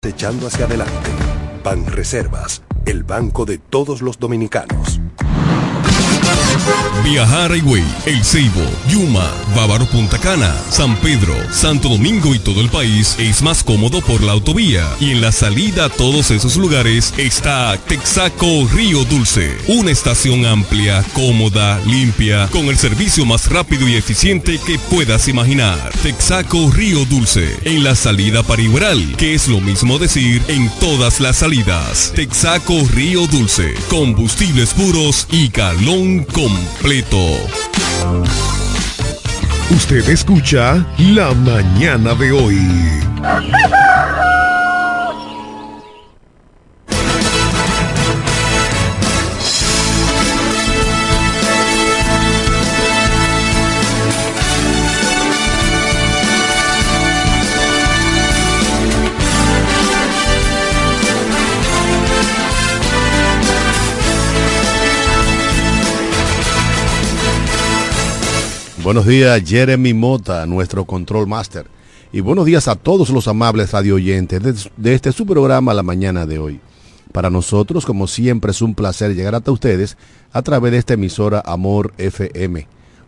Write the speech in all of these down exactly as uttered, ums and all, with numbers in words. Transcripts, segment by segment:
Echando hacia adelante. Banreservas, el banco de todos los dominicanos. Viajar a Higüey, El Ceibo, Yuma, Bávaro, Punta Cana, San Pedro, Santo Domingo y todo el país es más cómodo por la autovía. Y en la salida a todos esos lugares está Texaco Río Dulce, una estación amplia, cómoda, limpia, con el servicio más rápido y eficiente que puedas imaginar. Texaco Río Dulce, en la salida para Igueral, que es lo mismo decir en todas las salidas. Texaco Río Dulce, combustibles puros y galón completo. Usted escucha La Mañana de Hoy. Buenos días, Jeremy Mota, nuestro Control Master. Y buenos días a todos los amables radio oyentes de, de este su programa La Mañana de Hoy. Para nosotros, como siempre, es un placer llegar hasta ustedes a través de esta emisora Amor F M,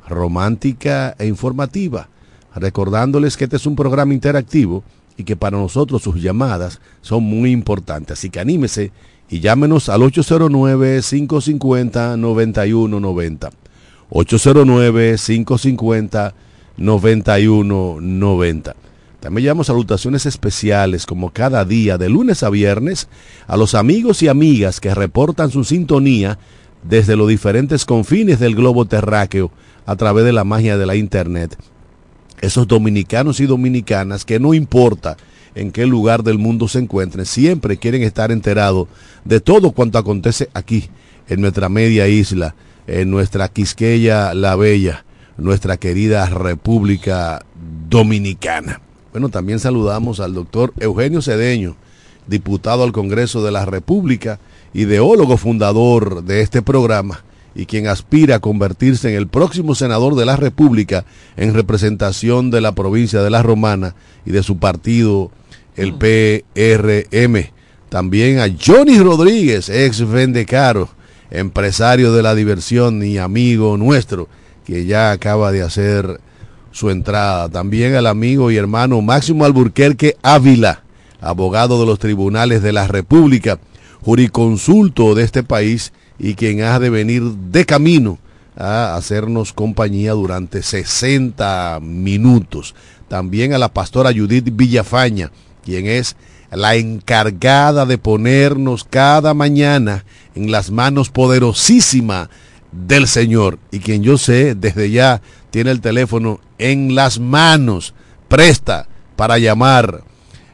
romántica e informativa. Recordándoles que este es un programa interactivo y que para nosotros sus llamadas son muy importantes. Así que anímese y llámenos al ocho cero nueve, cinco cinco cero, nueve uno nueve cero. ocho cero nueve, cinco cinco cero, nueve uno nueve cero. También llevamos salutaciones especiales como cada día de lunes a viernes a los amigos y amigas que reportan su sintonía desde los diferentes confines del globo terráqueo a través de la magia de la internet. Esos dominicanos y dominicanas que no importa en qué lugar del mundo se encuentren, siempre quieren estar enterados de todo cuanto acontece aquí en nuestra media isla, en nuestra Quisqueya la Bella, nuestra querida República Dominicana. Bueno, también saludamos al doctor Eugenio Cedeño, diputado al Congreso de la República, ideólogo fundador de este programa y quien aspira a convertirse en el próximo senador de la República en representación de la provincia de La Romana y de su partido, el P R M. También a Johnny Rodríguez, ex Vendecaro, empresario de la diversión y amigo nuestro, que ya acaba de hacer su entrada. También al amigo y hermano Máximo Alburquerque Ávila, abogado de los tribunales de la República, jurisconsulto de este país y quien ha de venir de camino a hacernos compañía durante sesenta minutos. También a la pastora Judith Villafaña, quien es la encargada de ponernos cada mañana en las manos poderosísimas del Señor, y quien yo sé desde ya tiene el teléfono en las manos, presta para llamar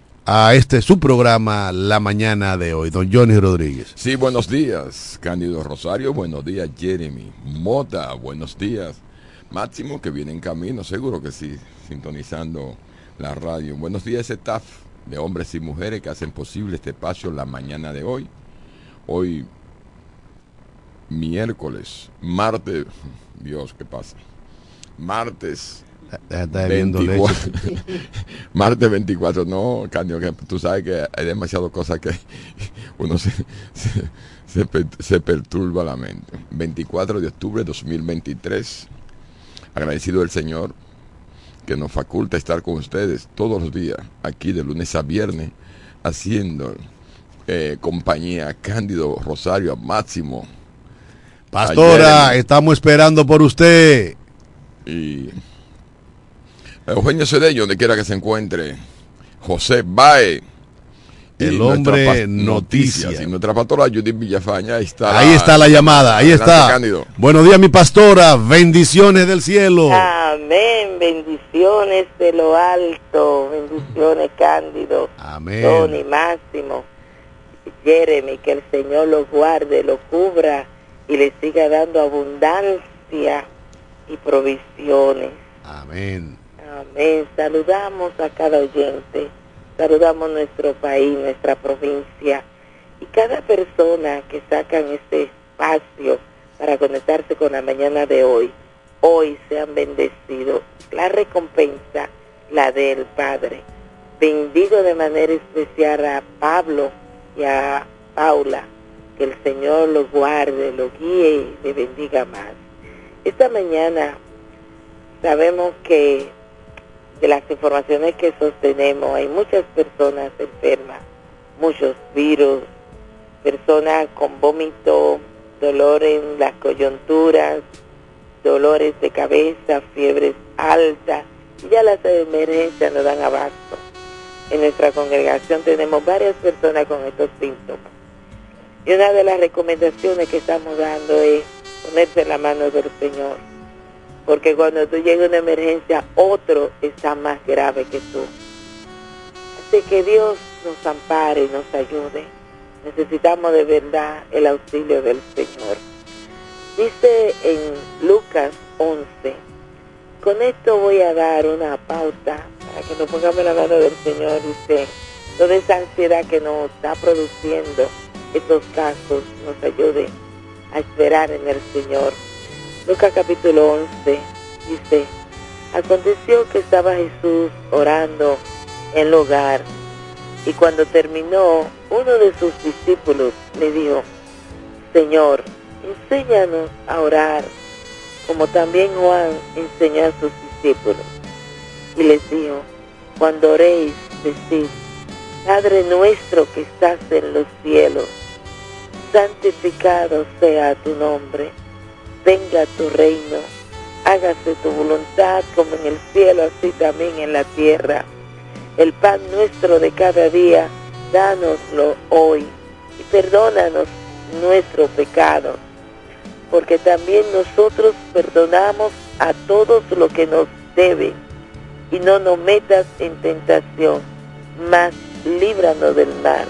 a este su programa La Mañana de Hoy. Don Johnny Rodríguez. Sí, buenos días, Cándido Rosario, buenos días, Jeremy Mota, buenos días, Máximo, que viene en camino, seguro que sí, sintonizando la radio. Buenos días, staff de hombres y mujeres que hacen posible este espacio La Mañana de Hoy. Hoy, miércoles, martes, Dios, ¿qué pasa? Martes veinticuatro, martes veinticuatro, no, Candio, que tú sabes que hay demasiadas cosas que uno se, se, se, se perturba la mente. veinticuatro de octubre de dos mil veintitrés, agradecido del Señor que nos faculta estar con ustedes todos los días, aquí de lunes a viernes, haciendo eh, compañía a Cándido Rosario, a Máximo. Pastora, estamos esperando por usted. Y Eugenio Cedeño, donde quiera que se encuentre, José Bae, el hombre noticias. noticias. Y nuestra pastora Judith Villafaña, ahí está. Ahí la, está la llamada, ahí está. Cándido. Buenos días, mi pastora, bendiciones del cielo. Amén, bendiciones de lo alto, bendiciones, Cándido. Amén. Tony, Máximo, Jeremy, que el Señor lo guarde, lo cubra y le siga dando abundancia y provisiones. Amén. Amén. Saludamos a cada oyente, saludamos nuestro país, nuestra provincia y cada persona que sacan este espacio para conectarse con La Mañana de Hoy. Hoy sean bendecidos. La recompensa, la del Padre. Bendigo de manera especial a Pablo y a Paula, que el Señor los guarde, los guíe y le bendiga más. Esta mañana sabemos que de las informaciones que sostenemos hay muchas personas enfermas, muchos virus, personas con vómito, dolor en las coyunturas, dolores de cabeza, fiebres altas, y ya las emergencias no dan abasto. En nuestra congregación tenemos varias personas con estos síntomas. Y una de las recomendaciones que estamos dando es ponerse en la mano del Señor. Porque cuando tú llegas a una emergencia, otro está más grave que tú. Así que Dios nos ampare y nos ayude. Necesitamos de verdad el auxilio del Señor. Dice en Lucas once, con esto voy a dar una pauta para que nos pongamos en la mano del Señor. Dice, toda esa ansiedad que nos está produciendo estos casos nos ayude a esperar en el Señor. Lucas capítulo once dice, aconteció que estaba Jesús orando en el hogar, y cuando terminó, uno de sus discípulos le dijo, Señor, enséñanos a orar, como también Juan enseñó a sus discípulos. Y les dijo, cuando oréis, decid, Padre nuestro que estás en los cielos, santificado sea tu nombre, venga tu reino, hágase tu voluntad como en el cielo, así también en la tierra. El pan nuestro de cada día, dánoslo hoy, y perdónanos nuestros pecados, porque también nosotros perdonamos a todos los que nos deben, y no nos metas en tentación, mas líbranos del mal.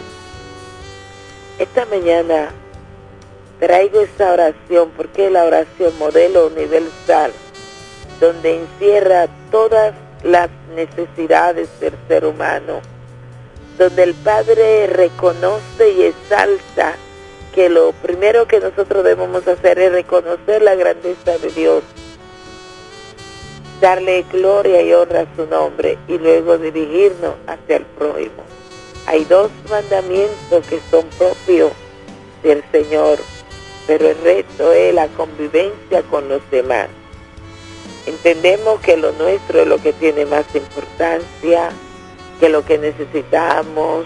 Esta mañana traigo esta oración porque es la oración modelo universal, donde encierra todas las necesidades del ser humano, donde el Padre reconoce y exalta que lo primero que nosotros debemos hacer es reconocer la grandeza de Dios, darle gloria y honra a su nombre y luego dirigirnos hacia el prójimo. Hay dos mandamientos que son propios del Señor, pero el resto es la convivencia con los demás. Entendemos que lo nuestro es lo que tiene más importancia, que lo que necesitamos.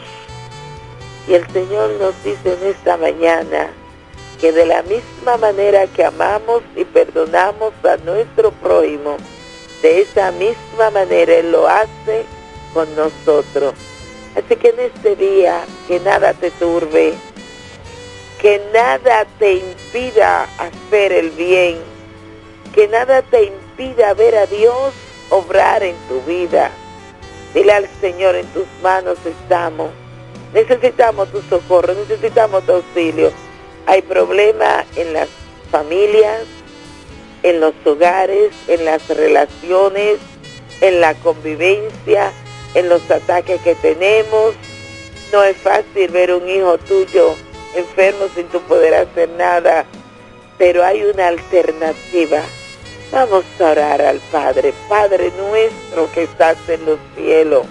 Y el Señor nos dice en esta mañana que de la misma manera que amamos y perdonamos a nuestro prójimo, de esa misma manera Él lo hace con nosotros. Así que en este día, que nada te turbe, que nada te impida hacer el bien, que nada te impida ver a Dios obrar en tu vida. Dile al Señor, en tus manos estamos. Necesitamos tu socorro, necesitamos tu auxilio. Hay problemas en las familias, en los hogares, en las relaciones, en la convivencia, en los ataques que tenemos. No es fácil ver un hijo tuyo enfermo sin tu poder hacer nada, pero hay una alternativa. Vamos a orar al Padre. Padre nuestro que estás en los cielos,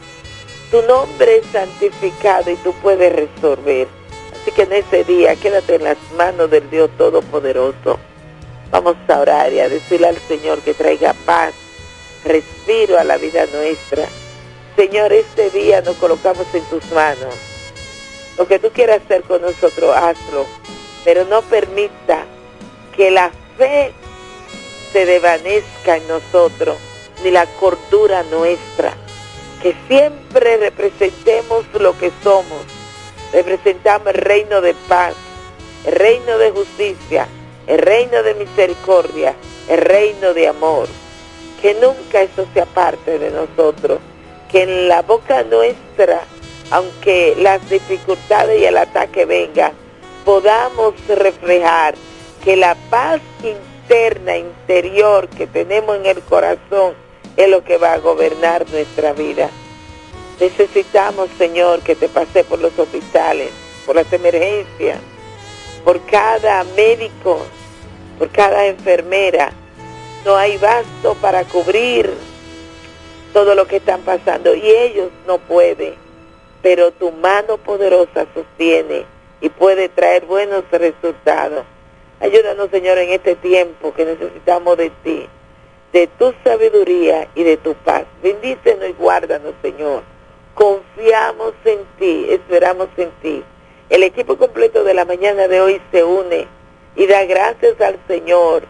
tu nombre es santificado y tú puedes resolver. Así que en ese día quédate en las manos del Dios Todopoderoso. Vamos a orar y a decirle al Señor que traiga paz, respiro a la vida nuestra. Señor, este día nos colocamos en tus manos. Lo que tú quieras hacer con nosotros, hazlo. Pero no permita que la fe se desvanezca en nosotros, ni la cordura nuestra. Que siempre representemos lo que somos. Representamos el reino de paz, el reino de justicia, el reino de misericordia, el reino de amor. Que nunca eso se aparte de nosotros. Que en la boca nuestra, aunque las dificultades y el ataque vengan, podamos reflejar que la paz interna, interior que tenemos en el corazón es lo que va a gobernar nuestra vida. Necesitamos, Señor, que te pase por los hospitales, por las emergencias, por cada médico, por cada enfermera. No hay basto para cubrir todo lo que están pasando, y ellos no pueden, pero tu mano poderosa sostiene y puede traer buenos resultados. Ayúdanos, Señor, en este tiempo que necesitamos de ti, de tu sabiduría y de tu paz. Bendícenos y guárdanos, Señor. Confiamos en ti, esperamos en ti. El equipo completo de la mañana de hoy se une y da gracias al Señor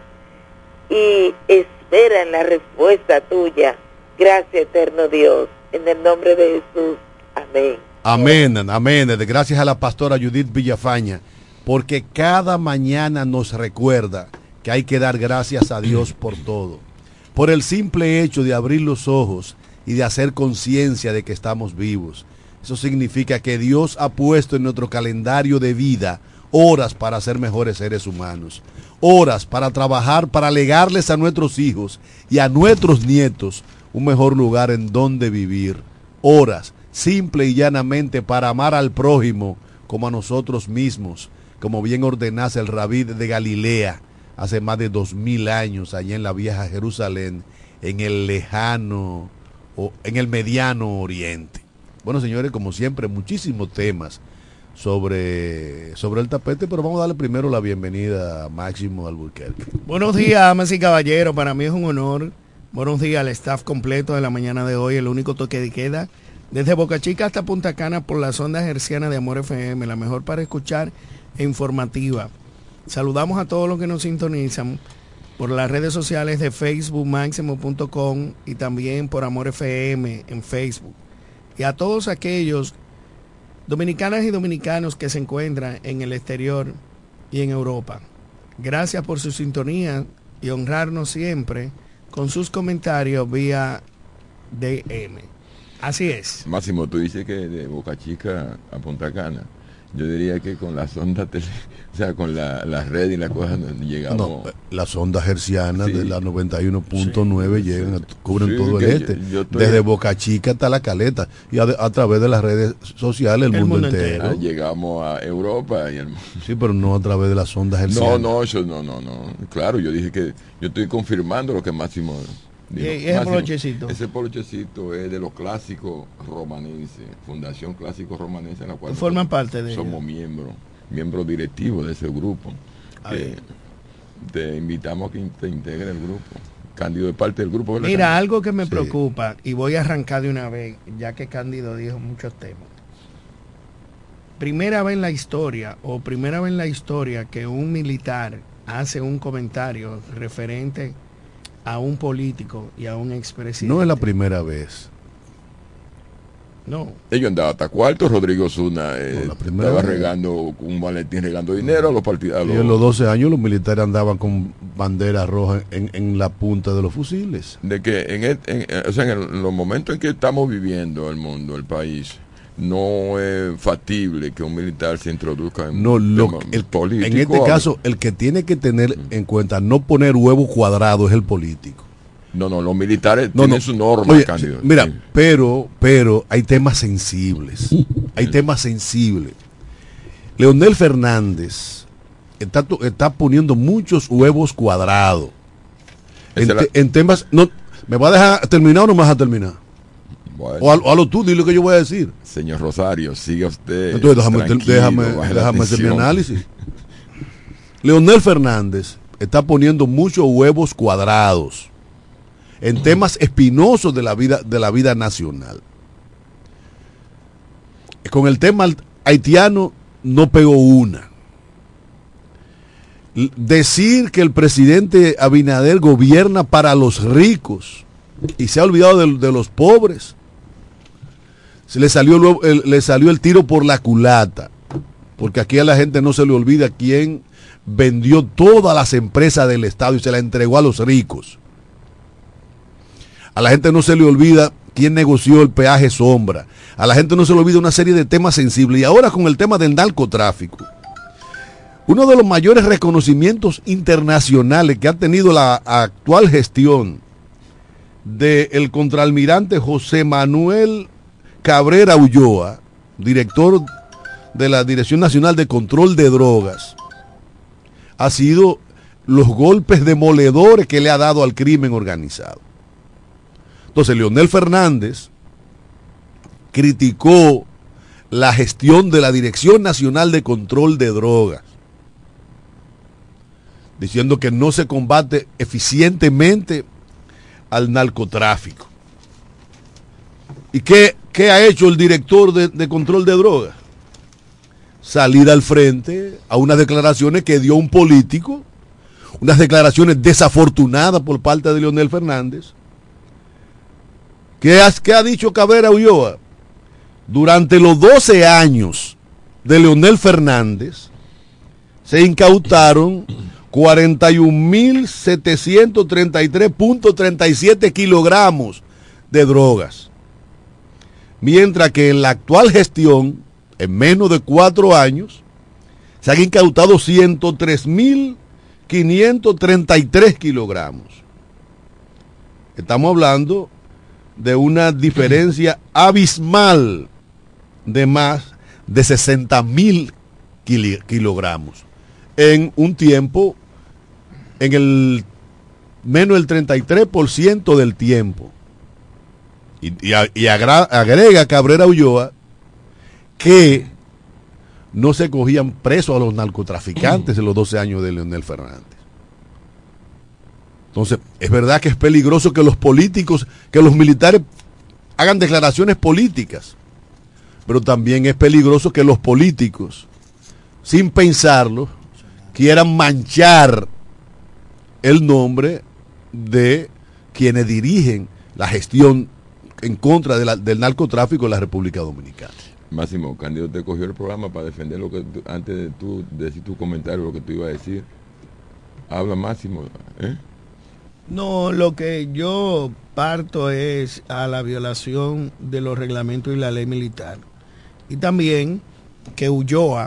y espera en la respuesta tuya. Gracias, eterno Dios, en el nombre de Jesús. Amén. Amén, amén. Gracias a la pastora Judith Villafaña, porque cada mañana nos recuerda que hay que dar gracias a Dios por todo. Por el simple hecho de abrir los ojos y de hacer conciencia de que estamos vivos. Eso significa que Dios ha puesto en nuestro calendario de vida horas para ser mejores seres humanos, horas para trabajar, para legarles a nuestros hijos y a nuestros nietos un mejor lugar en donde vivir, horas simple y llanamente para amar al prójimo como a nosotros mismos, como bien ordenase el rabí de Galilea hace más de dos mil años allá en la vieja Jerusalén, en el lejano o en el mediano oriente. Bueno, señores, como siempre, muchísimos temas sobre, sobre el tapete, pero vamos a darle primero la bienvenida a Máximo Albuquerque. Buenos días, damas y caballeros, para mí es un honor. Buenos días al staff completo de la mañana de hoy, el único toque de queda desde Boca Chica hasta Punta Cana por las ondas hercianas de Amor F M, la mejor para escuchar e informativa. Saludamos a todos los que nos sintonizan por las redes sociales de Facebook, máximo punto com, y también por Amor F M en Facebook. Y a todos aquellos dominicanas y dominicanos que se encuentran en el exterior y en Europa. Gracias por su sintonía y honrarnos siempre con sus comentarios vía D M. Así es. Máximo, tú dices que de Boca Chica a Punta Cana. Yo diría que con las ondas, tele, o sea, con la, la red y las cosas llegamos... No, las ondas hercianas sí. de la noventa y uno punto nueve sí, llegan, sí, cubren sí, todo el este, yo, yo estoy... desde Boca Chica hasta La Caleta, y a, a través de las redes sociales el, el mundo, mundo entero. entero. Ah, llegamos a Europa y el... Sí, pero no a través de las ondas hercianas. No, no, eso no, no, no. Claro, yo dije que yo estoy confirmando lo que Máximo... Digo, ¿Y ese polochecito? Ese polochecito es de los clásicos romanenses, Fundación Clásico Romanense, en la cual forman parte de somos ella. miembros, miembros directivos de ese grupo. Que te invitamos a que te integre el grupo. Cándido es parte del grupo. ¿Verdad, Mira, Cándido? Algo que me sí. preocupa, y voy a arrancar de una vez, ya que Cándido dijo muchos temas. Primera vez en la historia, o primera vez en la historia que un militar hace un comentario referente a un político y a un expresidente. No es la primera vez. No. Ellos andaban hasta cuarto. Rodrigo Zuna eh, no, estaba vez. regando un maletín, regando dinero a los partidos. Y en los doce años los militares andaban con banderas rojas en, en la punta de los fusiles. De que en, el, en, o sea, en, el, en los momentos en que estamos viviendo el mundo, el país, no es factible que un militar se introduzca en no, lo, el político. En este caso, el que tiene que tener en cuenta no poner huevo cuadrado es el político. No, no, los militares no, tienen no. su norma, Oye, Cándido. Mira, sí. pero, pero hay temas sensibles. Hay temas sensibles. Leonel Fernández está, está poniendo muchos huevos cuadrados. En, te, la... en temas. No, ¿me va a dejar terminar o no me vas a terminar? Bueno. O a, a lo tú, dile lo que yo voy a decir. Señor Rosario, siga usted. Entonces déjame, déjame, déjame hacer mi análisis. Leonel Fernández está poniendo muchos huevos cuadrados en temas espinosos de la vida, de la vida nacional. Con el tema haitiano no pegó una. Decir que el presidente Abinader gobierna para los ricos y se ha olvidado de, de los pobres. Se le salió el, le salió el tiro por la culata, porque aquí a la gente no se le olvida quién vendió todas las empresas del Estado y se las entregó a los ricos. A la gente no se le olvida quién negoció el peaje sombra. A la gente no se le olvida una serie de temas sensibles. Y ahora con el tema del narcotráfico, uno de los mayores reconocimientos internacionales que ha tenido la actual gestión del contraalmirante José Manuel Cabrera Ulloa, director de la Dirección Nacional de Control de Drogas, ha sido los golpes demoledores que le ha dado al crimen organizado. Entonces, Leonel Fernández criticó la gestión de la Dirección Nacional de Control de Drogas, diciendo que no se combate eficientemente al narcotráfico. ¿Y qué, qué ha hecho el director de, de control de drogas? Salir al frente a unas declaraciones que dio un político, unas declaraciones desafortunadas por parte de Leonel Fernández. ¿Qué ha, qué ha dicho Cabrera Ulloa? Durante los doce años de Leonel Fernández se incautaron cuarenta y un mil setecientos treinta y tres punto treinta y siete kilogramos de drogas. Mientras que en la actual gestión, en menos de cuatro años, se han incautado ciento tres mil quinientos treinta y tres kilogramos. Estamos hablando de una diferencia abismal de más de sesenta mil kilogramos en un tiempo, en el menos del treinta y tres por ciento del tiempo. Y, y, y agra, agrega Cabrera Ulloa que no se cogían presos a los narcotraficantes en los doce años de Leonel Fernández. Entonces, es verdad que es peligroso que los políticos, que los militares hagan declaraciones políticas, pero también es peligroso que los políticos, sin pensarlo, quieran manchar el nombre de quienes dirigen la gestión en contra de la, del narcotráfico en la República Dominicana. Máximo, Cándido te cogió el programa para defender lo que tú, antes de tú decir tu comentario, lo que tú ibas a decir. Habla, Máximo, ¿eh? No, lo que yo parto es a la violación de los reglamentos y la ley militar. Y también que Ulloa,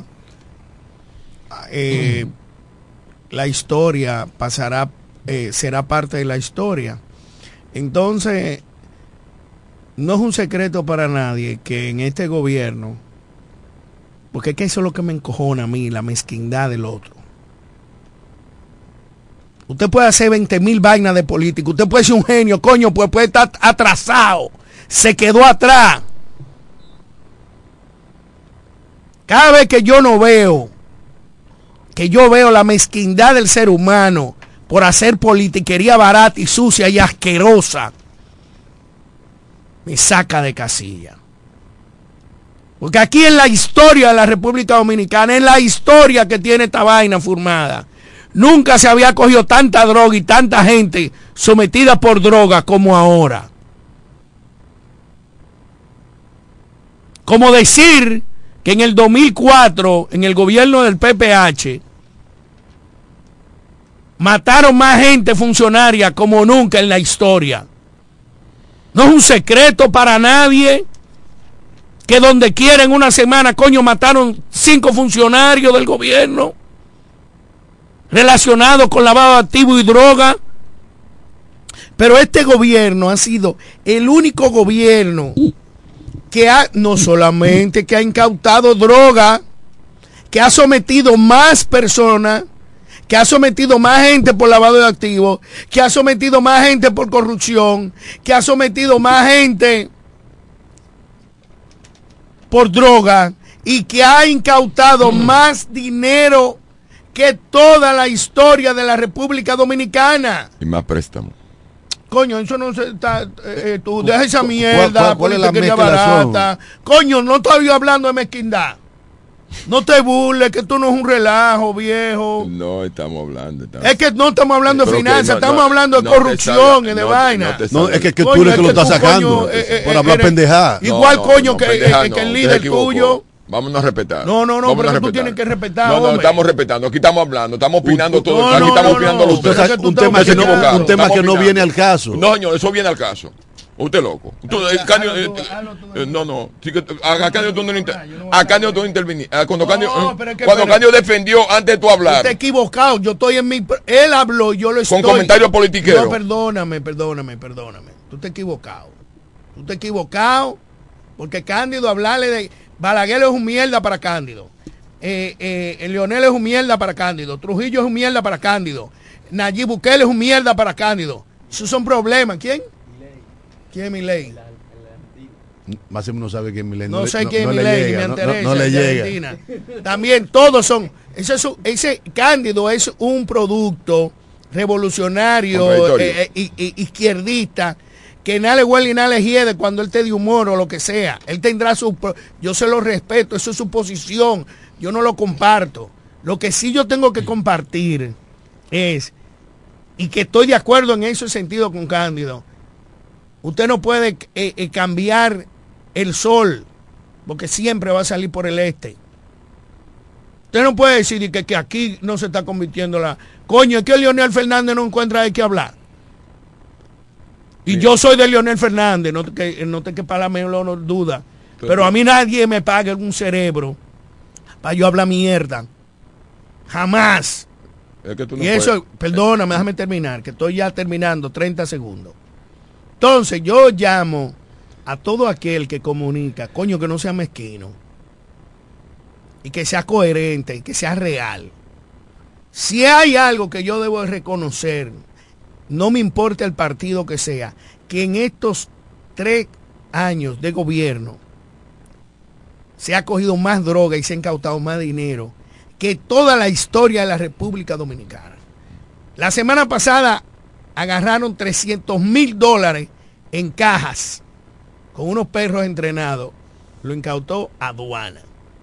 eh, la historia pasará, eh, será parte de la historia. Entonces, no es un secreto para nadie que en este gobierno, porque es que eso es lo que me encojona a mí, la mezquindad del otro. Usted puede hacer veinte mil vainas de política, usted puede ser un genio, coño, pues puede estar atrasado, se quedó atrás. Cada vez que yo no veo, que yo veo la mezquindad del ser humano por hacer politiquería barata y sucia y asquerosa, me saca de casilla. Porque aquí en la historia de la República Dominicana, en la historia que tiene esta vaina formada, nunca se había cogido tanta droga y tanta gente sometida por droga como ahora. Como decir que en el dos mil cuatro, en el gobierno del P P H, mataron más gente funcionaria como nunca en la historia. No es un secreto para nadie que donde quiera en una semana, coño, mataron cinco funcionarios del gobierno relacionados con lavado de activos y droga. Pero este gobierno ha sido el único gobierno que ha, no solamente que ha incautado droga, que ha sometido más personas, que ha sometido más gente por lavado de activos, que ha sometido más gente por corrupción, que ha sometido más gente por droga y que ha incautado más dinero que toda la historia de la República Dominicana. Y más préstamos. Coño, eso no se está, eh, eh, tú deja esa mierda, ¿Cuál, cuál es la politiquería barata. Coño, no estoy hablando de mezquindad. No te burles, que esto no es un relajo, viejo. No, estamos hablando. Estamos... Es que no estamos hablando de Pero finanzas, no, estamos no, hablando de no corrupción y salga, de no, vaina. No, no, es que, que coño, tú eres es que lo estás tú, sacando coño, eh, por eh, hablar eres, pendejada. Igual, no, coño, no, que, pendeja, eh, no, que el usted líder se equivocó. tuyo. Vámonos a respetar. No, no, no, Vámonos pero a tú respetar. tienes que respetar, No, no, hombre. estamos respetando. Aquí estamos hablando, estamos opinando todo. no, Aquí no, estamos no, opinando no, los pero tres. es que tú un estás tema que no, equivocado. un tema Estamos que no opinando. viene al caso. No, señor, eso viene al caso. Usted loco. Tú, el Cándido, eh, eh, no, no. Sí que, a, a Cándido tú no inter, a Cándido tú no interviniste. Cuando No, Cándido, pero es que- cuando pero- Cándido defendió antes de tú hablar. Está equivocado, yo estoy en mi... Él habló, yo lo estoy... Con comentarios politiqueros. No, perdóname, perdóname, perdóname. Tú estás equivocado. Tú estás equivocado porque Cándido hablarle de... Balaguer es un mierda para Cándido. Eh, eh, Leonel es un mierda para Cándido. Trujillo es un mierda para Cándido. Nayib Bukele es un mierda para Cándido. Esos son problemas. ¿Quién? ¿Quién es Milei? Máximo no sabe quién es Milei. No, no sé no, quién es no Milei, llega, me interesa. No, no, no le llega. Argentina. También todos son. Ese, es un, ese Cándido es un producto revolucionario, eh, eh, eh, izquierdista, que nada le huele y nada le hiede cuando él te de humor o lo que sea. Él tendrá su. Yo se lo respeto, eso es su posición. Yo no lo comparto. Lo que sí yo tengo que compartir es, y que estoy de acuerdo en ese sentido con Cándido, usted no puede eh, eh, cambiar el sol, porque siempre va a salir por el este. Usted no puede decir que, que aquí no se está convirtiendo la... Coño, es que Leonel Fernández no encuentra de qué hablar. Y sí. Yo soy de Leonel Fernández, no te, no te quepa la menor duda. Pero, pero a mí nadie me paga un cerebro para yo hablar mierda. Jamás. Es que tú no y eso, puedes... perdóname, déjame terminar, que estoy ya terminando, treinta segundos. Entonces yo llamo a todo aquel que comunica, coño, que no sea mezquino y que sea coherente y que sea real. Si hay algo que yo debo reconocer, no me importa el partido que sea, que en estos tres años de gobierno se ha cogido más droga y se ha incautado más dinero que toda la historia de la República Dominicana. La semana pasada agarraron trescientos mil dólares en cajas con unos perros entrenados. Lo incautó aduana.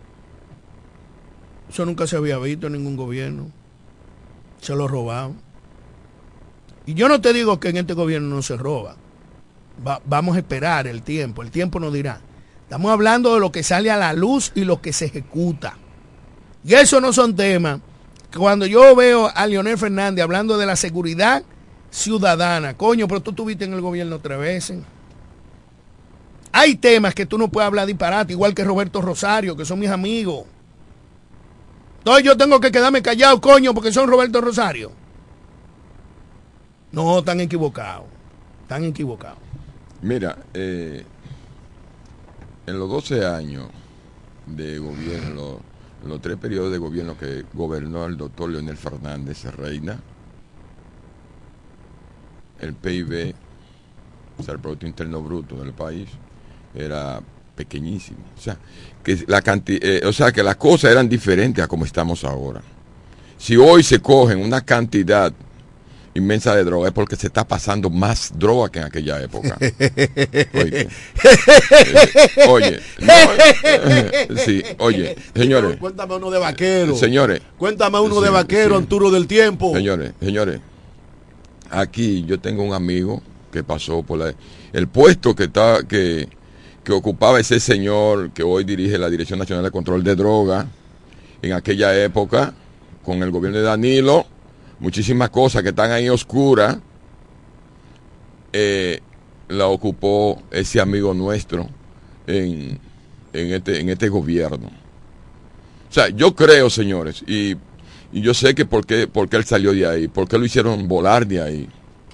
Eso nunca se había visto en ningún gobierno. Se lo robaban. Y yo no te digo que en este gobierno no se roba. Va, vamos a esperar el tiempo. El tiempo nos dirá. Estamos hablando de lo que sale a la luz y lo que se ejecuta. Y eso no son temas. Cuando yo veo a Leonel Fernández hablando de la seguridad ciudadana, coño, pero tú estuviste en el gobierno tres veces. Hay temas que tú no puedes hablar disparate, igual que Roberto Rosario, que son mis amigos. Entonces yo tengo que quedarme callado, coño, porque son Roberto Rosario. No, están equivocados. Están equivocados. Mira, eh, en los doce años de gobierno, los tres periodos de gobierno que gobernó el doctor Leonel Fernández Reina, el P I B, o sea, el Producto Interno Bruto del país, era pequeñísimo. O sea, que la cantidad, eh, o sea, que las cosas eran diferentes a como estamos ahora. Si hoy se cogen una cantidad inmensa de droga es porque se está pasando más droga que en aquella época. Oye, eh, oye, no, eh, sí, oye, señores. Cuéntame uno de vaquero. Señores. Cuéntame uno sí, de vaquero, sí. Arturo del Tiempo. Señores, señores. Aquí yo tengo un amigo que pasó por la, el puesto que está que, que ocupaba ese señor que hoy dirige la Dirección Nacional de Control de Droga. En aquella época, con el gobierno de Danilo, muchísimas cosas que están ahí oscuras, eh, la ocupó ese amigo nuestro en, en, este, en este gobierno. O sea, yo creo, señores, y, y yo sé que por qué, por qué él salió de ahí, por qué lo hicieron volar de ahí.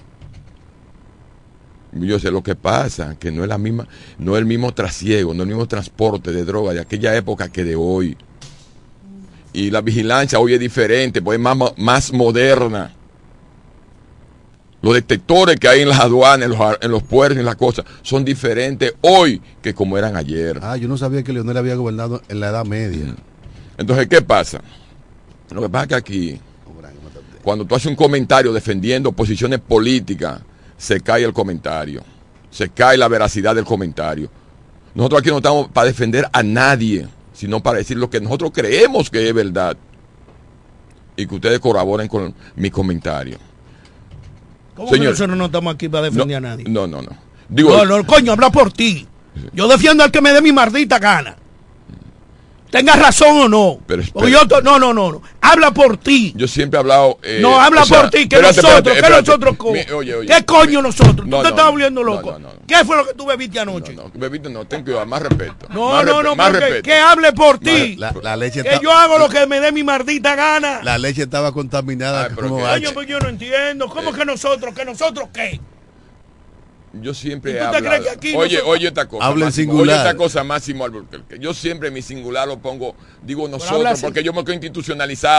Yo sé lo que pasa, que no es la misma, no es el mismo trasiego, no es el mismo transporte de droga de aquella época que de hoy. Y la vigilancia hoy es diferente, pues es más, más moderna. Los detectores que hay en las aduanas, en los, en los puertos y en las cosas, son diferentes hoy que como eran ayer. Ah, yo no sabía que Leonel había gobernado en la Edad Media. Entonces, ¿qué pasa? Lo que pasa es que aquí, cuando tú haces un comentario defendiendo posiciones políticas, se cae el comentario. Se cae la veracidad del comentario. Nosotros aquí no estamos para defender a nadie, sino para decir lo que nosotros creemos que es verdad. Y que ustedes colaboren con mi comentario. ¿Cómo Señor, que nosotros no estamos aquí para defender no, a nadie? No, no, no. Digo, no, no, coño, habla por ti. Yo defiendo al que me dé mi maldita gana. Tengas razón o no. Pero, Porque yo to- no, no, no, no. Habla por ti. Yo siempre he hablado. Eh, no, habla o sea, por ti. Que espérate, nosotros, espérate, que espérate. nosotros. Co- Mi, oye, oye, ¿Qué coño nosotros? No, Tú te no, estás no, volviendo loco. No, no, no. ¿Qué fue lo que tú bebiste anoche? No, no, bebiste no, ten cuidado, más respeto. No, más no, no, más porque respeto. que hable por ti. La, la leche que está, yo hago lo que me dé mi maldita gana. La leche estaba contaminada. Ay, pero como que- Coño, pues yo no entiendo. ¿Cómo Eh. que nosotros? ¿Que nosotros qué? Yo siempre ¿Y he tú te hablado. crees que aquí Oye, nosotros- oye esta cosa. Habla en Máximo, singular. Oye esta cosa, Máximo Albuquerque. Yo siempre mi singular lo pongo, digo habla nosotros, así. porque yo me quedo institucionalizado.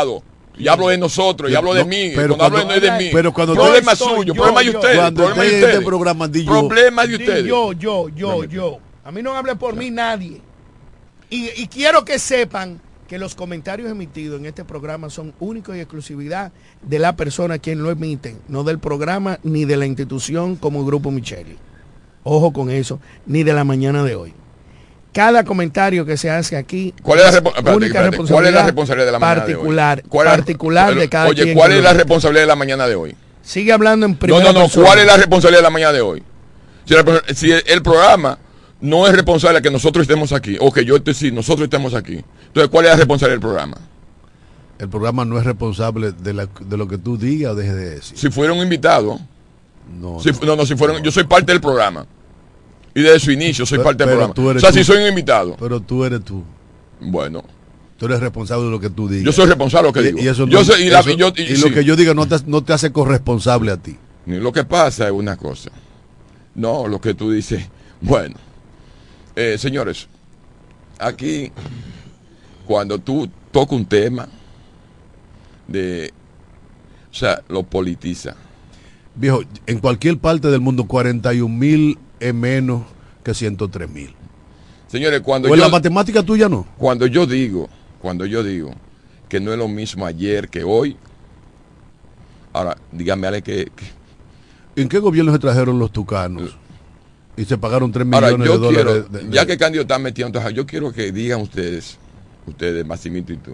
Y hablo de nosotros, y hablo de mí. Pero cuando, cuando hablo no es de mí. Pero cuando problema suyo, problema de ustedes. Cuando problema de en ustedes. este programa di yo. Problema de ustedes. Yo, yo, yo, yo. A mí no hable por mí nadie. Y, y quiero que sepan que los comentarios emitidos en este programa son únicos y exclusividad de la persona quien lo emite, no del programa ni de la institución como Grupo Micheli. Ojo con eso, ni de la mañana de hoy. Cada comentario que se hace aquí, ¿Cuál es la, respo espérate, única espérate, responsabilidad ¿cuál es la responsabilidad de la mañana particular, de hoy? ¿Cuál es, particular de cada oye, quien. ¿cuál es la responsabilidad de la mañana de hoy? Sigue hablando en primera No, no, no, persona. ¿cuál es la responsabilidad de la mañana de hoy? Si, la, si el, el programa no es responsable de que nosotros estemos aquí, o que yo esté, sí, nosotros estemos aquí. Entonces, ¿cuál es la responsabilidad del programa? El programa no es responsable de, la, de lo que tú digas o dejes de decir. Si fuera un invitado, no, si, no, no, no, si fueron, no. yo soy parte del programa. Y desde su inicio soy pero, parte del programa. O sea, tú, si soy un invitado. Pero tú eres tú. Bueno. Tú eres responsable de lo que tú digas. Yo soy responsable de lo que y, digo. Y, eso no, yo soy, y, eso, la, y, yo, y, y sí. lo que yo diga no te, no te hace corresponsable a ti. Lo que pasa es una cosa. No, lo que tú dices. Bueno, eh, señores, aquí, cuando tú tocas un tema de, o sea, lo politiza. Viejo, en cualquier parte del mundo cuarenta y un mil es menos que ciento tres mil. Señores, cuando o en yo, la matemática tuya no. Cuando yo digo, cuando yo digo que no es lo mismo ayer que hoy, ahora, dígame Ale que, que ¿en qué gobierno se trajeron los tucanos? Y se pagaron tres millones ahora, yo de dólares. Quiero, de, de, ya que Cándido está metido, entonces yo quiero que digan ustedes, ustedes, Maximito y tú,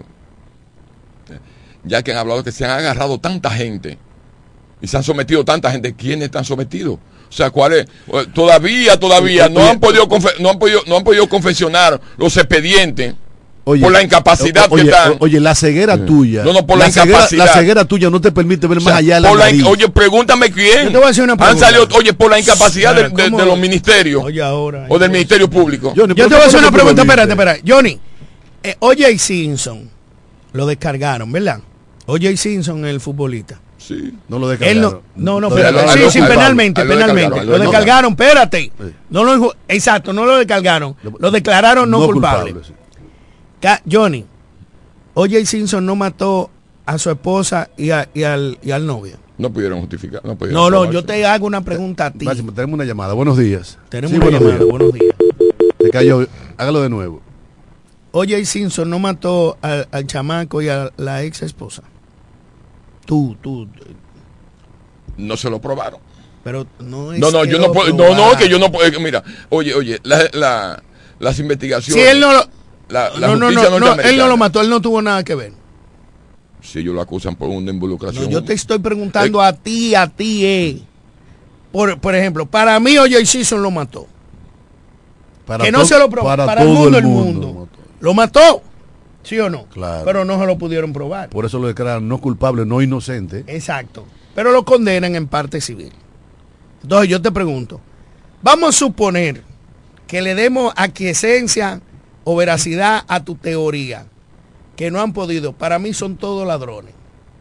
ya que han hablado que se han agarrado tanta gente y se han sometido tanta gente, ¿quiénes están sometidos? O sea, ¿cuál es? Todavía, todavía no han podido no han podido no han podido confeccionar los expedientes. Oye, por la incapacidad oye, que están. Oye, la ceguera sí. tuya. No, no, por la, la incapacidad. Ceguera, la ceguera tuya no te permite ver o sea, más allá de la, la Oye, pregúntame quién. Yo te voy a hacer una pregunta. Han salido, oye, por la incapacidad de, de, de los ministerios. Oye, ahora. O del Ministerio Público. Johnny, yo te voy a hacer una pregunta, espérate, espérate. Johnny, eh, O J Simpson lo descargaron, ¿verdad? O J Simpson, el futbolista. Sí. No lo descargaron. No, no, no, lo pero lo sí, lo sí, penalmente, lo penalmente. Lo, lo descargaron, espérate. Sí. No lo, exacto, no lo descargaron. Lo declararon no, no culpable. culpable sí. Johnny, O J Simpson no mató a su esposa y, a, y, al, y al novio. No pudieron justificar. No, pudieron no, no, yo te hago una pregunta a ti. Máximo, tenemos una llamada. Buenos días. Tenemos sí, una buenos llamada. Días. Buenos días. Se cayó. Hágalo de nuevo. O J Simpson no mató al, al chamaco y a la ex esposa. Tú, tú. No se lo probaron. Pero no es No, no, yo no puedo. No, no, que yo no puedo. Mira, oye, oye, la, la, las investigaciones. Si él no lo. La, la no, no, no, no, él no lo mató, él no tuvo nada que ver. Si ellos lo acusan por una involucración. No, yo te estoy preguntando eh, a ti, a ti, eh. Por, por ejemplo, para mí O J Simpson lo mató. Para que no se lo probó. Para, para el mundo, el mundo. El mundo. Lo mató. ¿Sí o no? Claro. Pero no se lo pudieron probar. Por eso lo declaran no culpable, no inocente. Exacto. Pero lo condenan en parte civil. Entonces yo te pregunto, vamos a suponer que le demos aquiescencia o veracidad a tu teoría, que no han podido. Para mí son todos ladrones.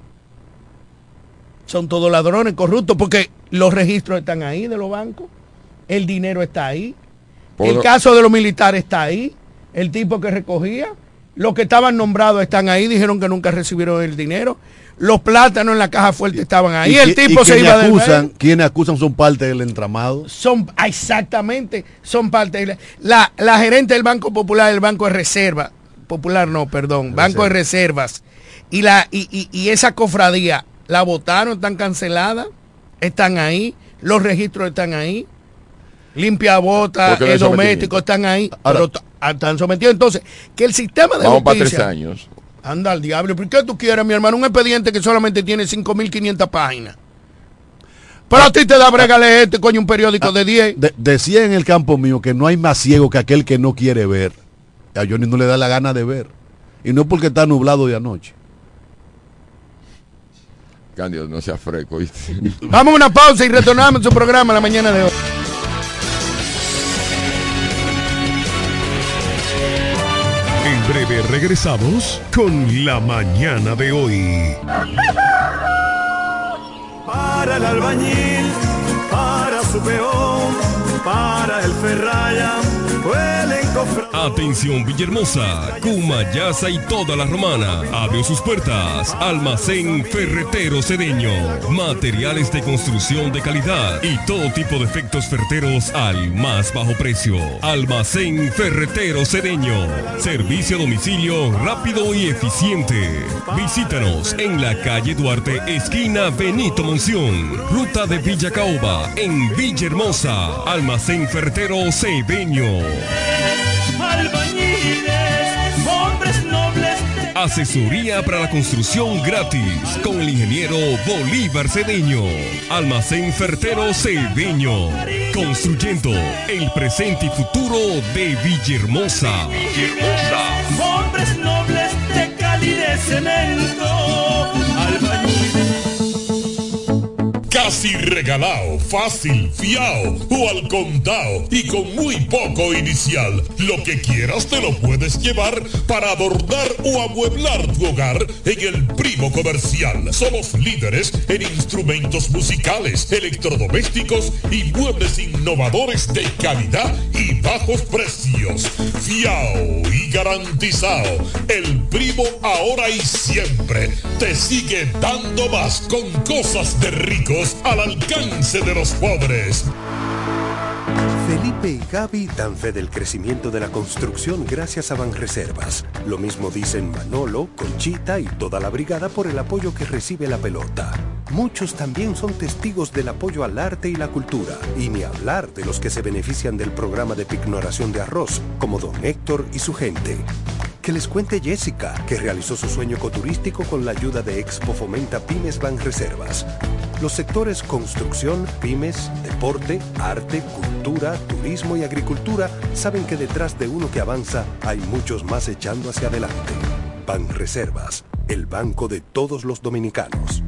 Son todos ladrones corruptos porque los registros están ahí de los bancos, el dinero está ahí, Por... el caso de los militares está ahí, el tipo que recogía, los que estaban nombrados están ahí, dijeron que nunca recibieron el dinero, los plátanos en la caja fuerte estaban ahí, y, el tipo y se iba de acusan, quienes acusan son parte del entramado. Son, exactamente, son parte de la, la gerente del Banco Popular, el Banco de Reserva, Popular no, perdón, Reserva. Banco de Reservas, y, la, y, y, y esa cofradía, la votaron, están canceladas, están ahí, los registros están ahí, limpia bota, el doméstico están ahí, Ahora, pero están sometidos. Entonces, que el sistema de vamos justicia... para tres años. Anda al diablo, ¿por qué tú quieres, mi hermano? Un expediente que solamente tiene cinco mil quinientas páginas. Pero a ti te da brega leer este coño un periódico de diez. De, decía en el campo mío que no hay más ciego que aquel que no quiere ver. A Johnny no le da la gana de ver. Y no porque está nublado de anoche. Cándido, no sea freco, ¿viste? Vamos a una pausa y retornamos su programa la mañana de hoy. En breve regresamos con la mañana de hoy. Para el albañil, para su peón, para el ferraya, fue el Atención Villahermosa, Cumayasa y toda la Romana. Abrió sus puertas. Almacén Ferretero Cedeño. Materiales de construcción de calidad y todo tipo de efectos ferreteros al más bajo precio. Almacén Ferretero Cedeño. Servicio a domicilio rápido y eficiente. Visítanos en la calle Duarte, esquina Benito Monción. Ruta de Villa Caoba, en Villahermosa. Almacén Ferretero Cedeño. Albañiles, hombres nobles. Asesoría para la construcción gratis con el ingeniero Bolívar Cedeño. Almacén Ferretero Cedeño. Construyendo el presente y futuro de Villahermosa. Villahermosa. Hombres nobles de Cali de cemento. Albañiles. Casi regalado, fácil, fiao o al contado y con muy poco inicial. Lo que quieras te lo puedes llevar para adornar o amueblar tu hogar en el Primo Comercial. Somos líderes en instrumentos musicales, electrodomésticos y muebles innovadores de calidad y bajos precios. Fiao y garantizado. El Primo ahora y siempre te sigue dando más con cosas de ricos al alcance de los pobres. Felipe y Gaby dan fe del crecimiento de la construcción gracias a Banreservas. Lo mismo dicen Manolo, Conchita y toda la brigada por el apoyo que recibe la pelota. Muchos también son testigos del apoyo al arte y la cultura, y ni hablar de los que se benefician del programa de pignoración de arroz, como don Héctor y su gente. Que les cuente Jessica, que realizó su sueño ecoturístico con la ayuda de Expo Fomenta Pymes Banreservas. Los sectores construcción, pymes, deporte, arte, cultura, turismo y agricultura saben que detrás de uno que avanza hay muchos más echando hacia adelante. Banreservas, el banco de todos los dominicanos.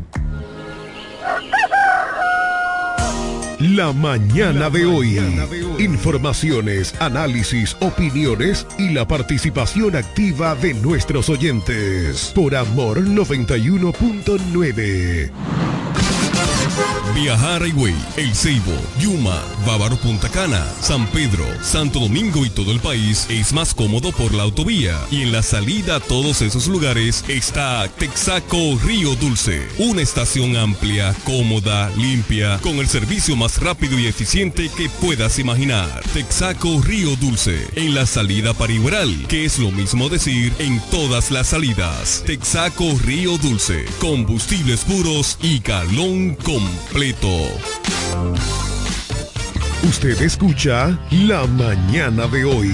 La mañana de hoy. Informaciones, análisis, opiniones y la participación activa de nuestros oyentes. Por Amor noventa y uno punto nueve. Viajar a Higüey, El Ceibo, Yuma, Bávaro Punta Cana, San Pedro, Santo Domingo y todo el país es más cómodo por la autovía. Y en la salida a todos esos lugares está Texaco Río Dulce. Una estación amplia, cómoda, limpia, con el servicio más rápido y eficiente que puedas imaginar. Texaco Río Dulce, en la salida para Igueral, que es lo mismo decir en todas las salidas. Texaco Río Dulce, combustibles puros y galón completo. Usted escucha La Mañana de Hoy.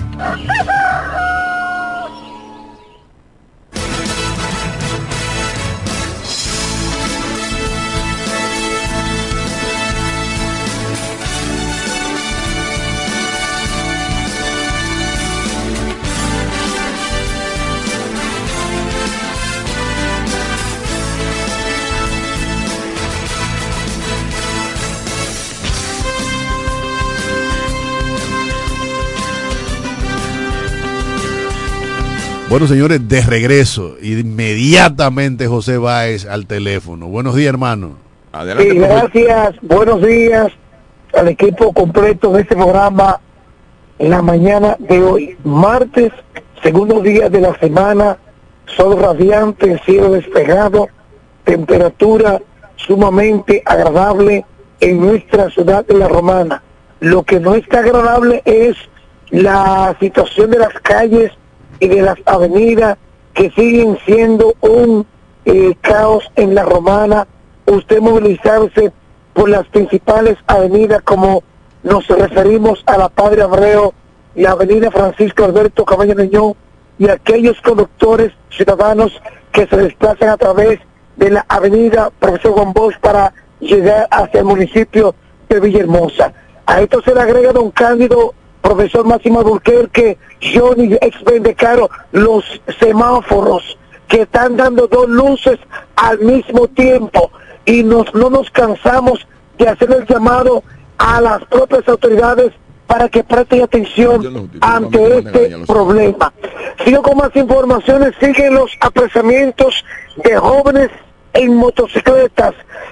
Bueno, señores, de regreso, inmediatamente José Báez al teléfono. Buenos días, hermano. Adelante. Sí, gracias, buenos días al equipo completo de este programa en la mañana de hoy. Martes, segundo día de la semana, sol radiante, cielo despejado, temperatura sumamente agradable en nuestra ciudad de La Romana. Lo que no está agradable es la situación de las calles y de las avenidas que siguen siendo un eh, caos en La Romana. Usted movilizarse por las principales avenidas como nos referimos a la Padre Abreu, la avenida Francisco Alberto Cabaño Neñón y aquellos conductores ciudadanos que se desplazan a través de la avenida Profesor Juan Bosch para llegar hacia el municipio de Villahermosa. A esto se le agrega don Cándido, profesor Máximo Alburquerque, Johnny, ex Vendecaro, los semáforos que están dando dos luces al mismo tiempo y nos, no nos cansamos de hacer el llamado a las propias autoridades para que presten atención no, ante este problema. Sigo con más informaciones, siguen los apresamientos de jóvenes en motocicletas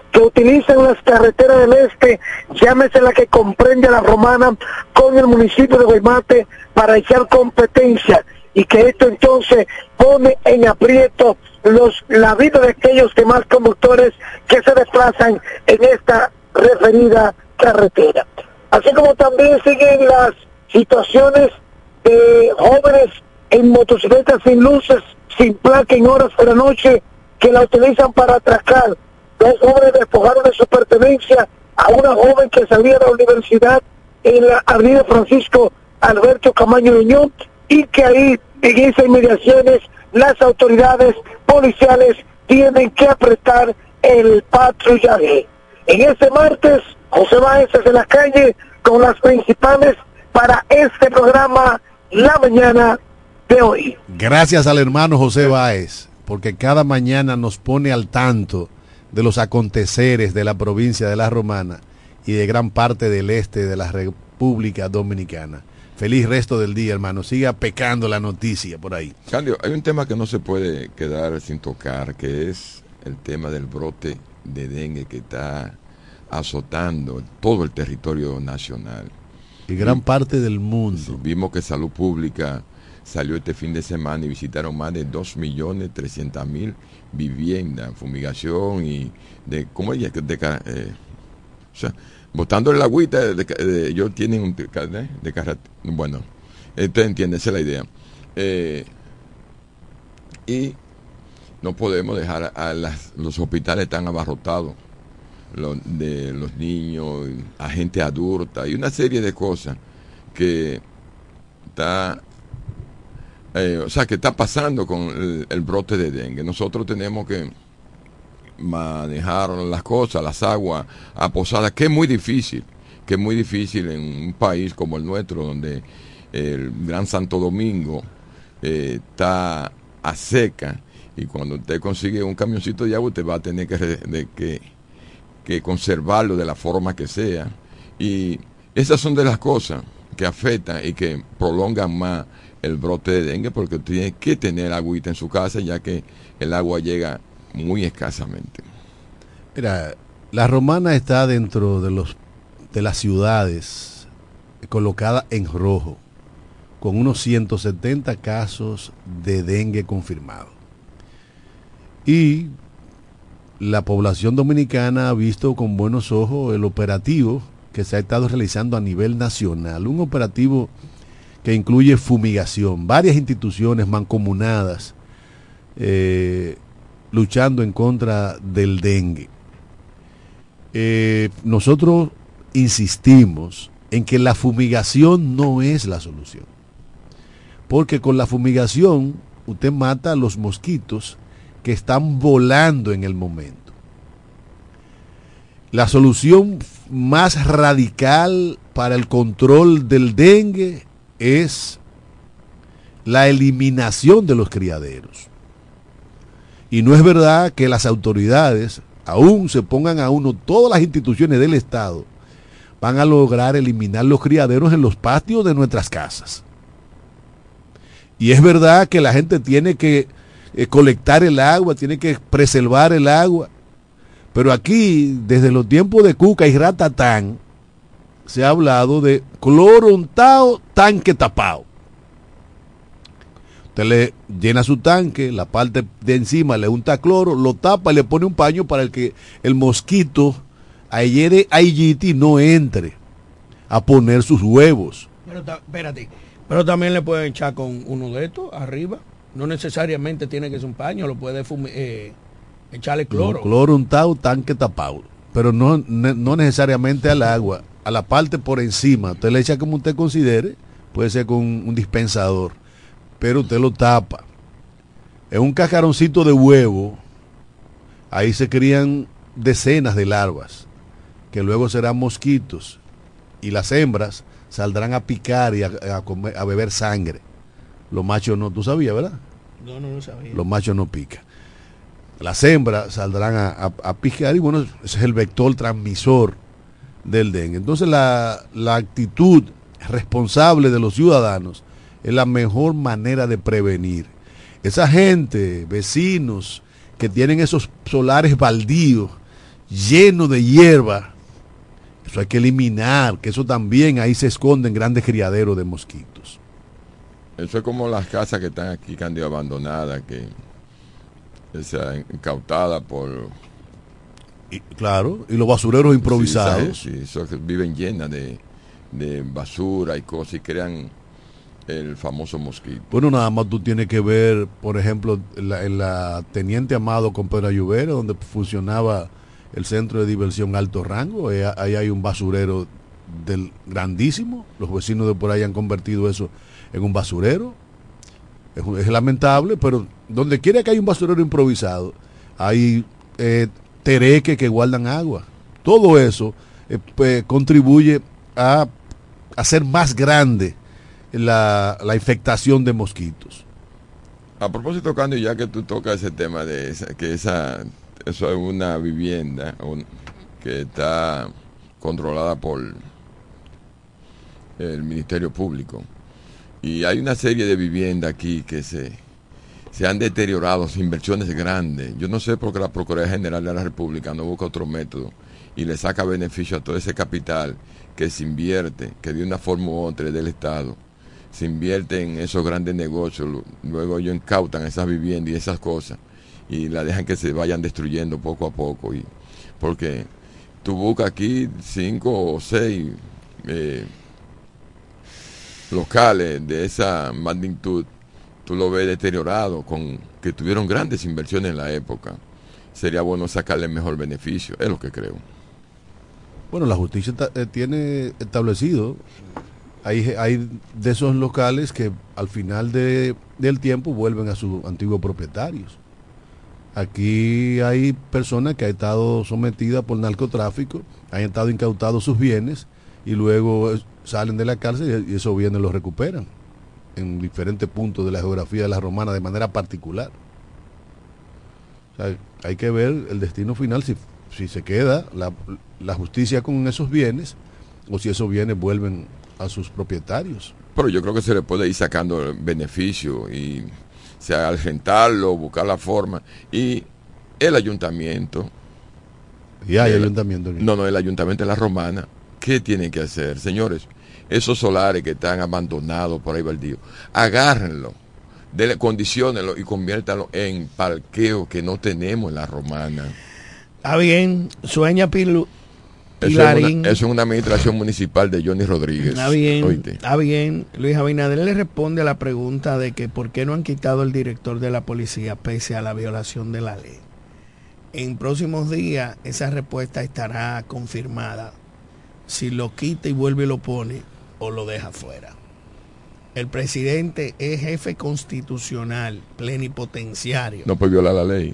que utilicen las carreteras del este, llámese la que comprende a La Romana con el municipio de Guaymate, para echar competencia, y que esto entonces pone en aprieto los la vida de aquellos demás conductores que se desplazan en esta referida carretera. Así como también siguen las situaciones de jóvenes en motocicletas sin luces, sin placa en horas de la noche, que la utilizan para atracar. Dos jóvenes despojaron de su pertenencia a una joven que salía de la universidad en la avenida Francisco Alberto Camaño Niñón, y que ahí, en esas inmediaciones, las autoridades policiales tienen que apretar el patrullaje. En este martes, José Báez en la calle con las principales para este programa La Mañana de hoy. Gracias al hermano José Báez, porque cada mañana nos pone al tanto de los aconteceres de la provincia de La Romana y de gran parte del este de la República Dominicana. Feliz resto del día, hermano. Siga pecando la noticia por ahí. Candio, hay un tema que no se puede quedar sin tocar, que es el tema del brote de dengue que está azotando todo el territorio nacional. Y gran y, parte del mundo. Sí, vimos que Salud Pública salió este fin de semana y visitaron más de dos millones trescientas mil viviendas, fumigación y de, ¿cómo es? De, de, eh, o sea, botando el agüita, de, de, de, ellos tienen un de, de carret, bueno, usted entiende, esa es la idea. Eh, y no podemos dejar a las, los hospitales tan abarrotados, lo, de los niños, a gente adulta y una serie de cosas que está, eh, o sea, que está pasando con el, el brote de dengue. Nosotros tenemos que manejar las cosas, las aguas aposadas, que es muy difícil, que es muy difícil en un país como el nuestro, donde el Gran Santo Domingo eh, está a seca, y cuando usted consigue un camioncito de agua, usted va a tener que, de, que, que conservarlo de la forma que sea, y esas son de las cosas que afectan y que prolongan más el brote de dengue, porque usted tiene que tener agüita en su casa, ya que el agua llega muy escasamente. Mira, La Romana está dentro de los de las ciudades colocada en rojo, con unos ciento setenta casos de dengue confirmados. Y la población dominicana ha visto con buenos ojos el operativo que se ha estado realizando a nivel nacional, un operativo que incluye fumigación, varias instituciones mancomunadas, eh, luchando en contra del dengue. Eh, nosotros insistimos en que la fumigación no es la solución, porque con la fumigación usted mata a los mosquitos que están volando en el momento. La solución más radical para el control del dengue es la eliminación de los criaderos. Y no es verdad que las autoridades, aún se pongan a uno, todas las instituciones del Estado, van a lograr eliminar los criaderos en los patios de nuestras casas. Y es verdad que la gente tiene que eh, colectar el agua, tiene que preservar el agua. Pero aquí, desde los tiempos de Cuca y Ratatán, se ha hablado de cloro untado, tanque tapado. Usted le llena su tanque, la parte de encima le unta cloro, lo tapa y le pone un paño para el que el mosquito Aedes aegypti no entre a poner sus huevos. Pero espérate, pero también le pueden echar con uno de estos arriba. No necesariamente tiene que ser un paño, lo puede fumi- eh, echarle cloro. No, cloro untado, tanque tapado. Pero no, ne- no necesariamente al agua, a la parte por encima. Usted le echa como usted considere, puede ser con un, un dispensador, pero usted lo tapa. En un cascaroncito de huevo, ahí se crían decenas de larvas, que luego serán mosquitos, y las hembras saldrán a picar y a, a, comer, a beber sangre. Los machos no, tú sabías, ¿verdad? No, no, no sabía. Los machos no pican. Las hembras saldrán a, a, a picar, y bueno, ese es el vector transmisor del dengue. Entonces la, la actitud responsable de los ciudadanos es la mejor manera de prevenir. Esa gente, vecinos, que tienen esos solares baldíos lleno de hierba. Eso hay que eliminar, que eso también ahí se esconden grandes criaderos de mosquitos. Eso es como las casas que están aquí, Candio, abandonadas, que están incautadas por... Y, claro, y los basureros improvisados. Sí, sí, eso que viven llenas de, de basura y cosas y crean el famoso mosquito. Bueno, nada más tú tienes que ver, por ejemplo, en la, en la Teniente Amado con Pedro Ayubera, donde funcionaba el centro de diversión Alto Rango, eh, ahí hay un basurero del grandísimo, los vecinos de por ahí han convertido eso en un basurero. Es, es lamentable, pero donde quiera que haya un basurero improvisado, hay eh, tereques que guardan agua. Todo eso eh, pues, contribuye a hacer más grande la, la infectación de mosquitos. A propósito, Candio, ya que tú tocas ese tema de esa, que esa eso es una vivienda un, que está controlada por el Ministerio Público, y hay una serie de viviendas aquí que se, se han deteriorado, inversiones grandes. Yo no sé por qué la Procuraduría General de la República no busca otro método y le saca beneficio a todo ese capital que se invierte, que de una forma u otra del Estado se invierte en esos grandes negocios. Luego ellos incautan esas viviendas y esas cosas y la dejan que se vayan destruyendo poco a poco, y porque tú buscas aquí cinco o seis eh, locales de esa magnitud, tú lo ves deteriorado, con que tuvieron grandes inversiones en la época. Sería bueno sacarle mejor beneficio, es lo que creo. Bueno, la justicia eh, tiene establecido, hay, hay de esos locales que al final de, del tiempo vuelven a sus antiguos propietarios. Aquí hay personas que han estado sometidas por narcotráfico, han estado incautados sus bienes y luego salen de la cárcel y esos bienes los recuperan en diferentes puntos de la geografía de la Romana de manera particular. O sea, hay que ver el destino final, si, si se queda la, la justicia con esos bienes o si esos bienes vuelven a sus propietarios. Pero yo creo que se le puede ir sacando beneficio, y o sea, al rentarlo, buscar la forma. Y el ayuntamiento. Y hay el, ayuntamiento. No, no, el ayuntamiento de la Romana. ¿Qué tienen que hacer, señores? Esos solares que están abandonados por ahí baldíos, agárrenlo, denle, condiciónenlo y conviértanlo en parqueo que no tenemos en la Romana. Está bien, sueña Pilu. Eso es, una, eso es una administración municipal de Johnny Rodríguez. Está bien, Oíste. está bien. Luis Abinader le responde a la pregunta de que por qué no han quitado el director de la policía pese a la violación de la ley. En próximos días esa respuesta estará confirmada. Si lo quita y vuelve y lo pone o lo deja fuera. El presidente es jefe constitucional, plenipotenciario. No puede violar la ley.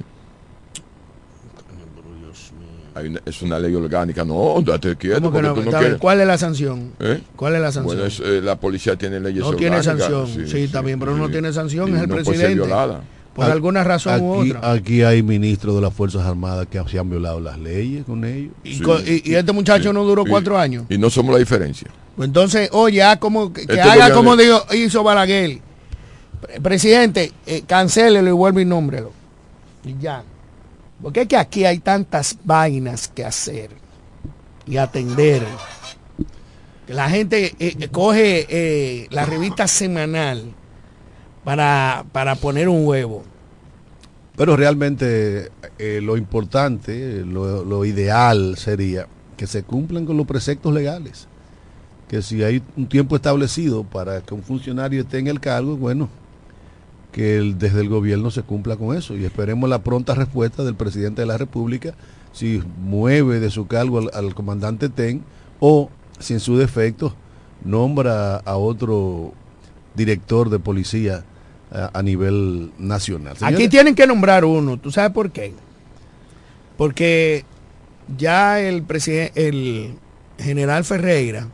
Hay una, es una ley orgánica. No, date quieto. No, tú no quieres. ¿Cuál es la sanción? ¿Eh? ¿Cuál es la sanción? Bueno, es, eh, la policía tiene leyes no orgánicas. No tiene sanción, sí, sí, sí también, pero sí. no tiene sanción, sí, es el no presidente. Puede ser violada. Por aquí, alguna razón aquí, u otra. Aquí hay ministros de las Fuerzas Armadas que se han violado las leyes con ellos. Y, sí, con, y, y este muchacho sí, no duró sí, cuatro años. Y no somos la diferencia. Pues entonces, oye, oh, como que, este que haga como dijo, hizo Balaguer. Presidente, eh, cancélelo y vuelve y nómbrelo. Y ya. Porque es que aquí hay tantas vainas que hacer y atender. La gente eh, coge eh, la revista semanal para, para poner un huevo. Pero realmente eh, lo importante, lo, lo ideal sería que se cumplan con los preceptos legales. Que si hay un tiempo establecido para que un funcionario esté en el cargo, bueno, que el, desde el gobierno se cumpla con eso. Y esperemos la pronta respuesta del presidente de la República, si mueve de su cargo al, al comandante Ten o, si en su defecto, nombra a otro director de policía a, a nivel nacional. Señora, aquí tienen que nombrar uno. ¿Tú sabes por qué? Porque ya el presidente, el general Ferreira,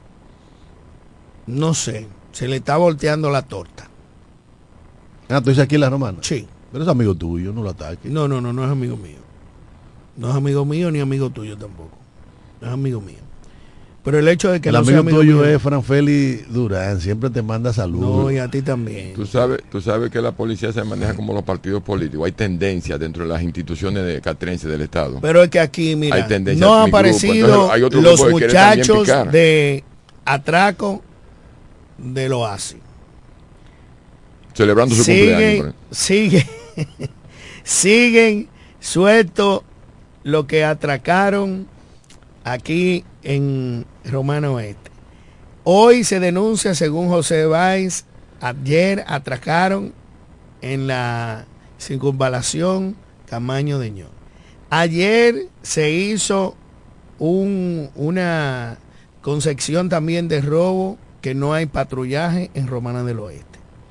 no sé, se le está volteando la torta. Ah, ¿tú dices aquí en la Romana? Sí. Pero es amigo tuyo, no lo ataques. No, no, no, no es amigo mío. No es amigo mío ni amigo tuyo tampoco. No es amigo mío. Pero el hecho de que el no amigo sea amigo tuyo mío, es Franfeli Durán, siempre te manda saludos. no, y a ti también. Tú sabes, tú sabes que la policía se maneja como los partidos políticos. Hay tendencias dentro de las instituciones de catrenses del Estado. Pero es que aquí, mira, Hay tendencias, no han mi grupo. aparecido Entonces, hay otro los grupo que quiere también muchachos picar. de atraco del Oasis. Celebrando su Siguen, cumpleaños. siguen, siguen sueltos lo que atracaron aquí en Romana Oeste. Hoy se denuncia, según José Báez, ayer atracaron en la circunvalación Camaño de Ño. Ayer se hizo un, una concepción también de robo, que no hay patrullaje en Romana del Oeste.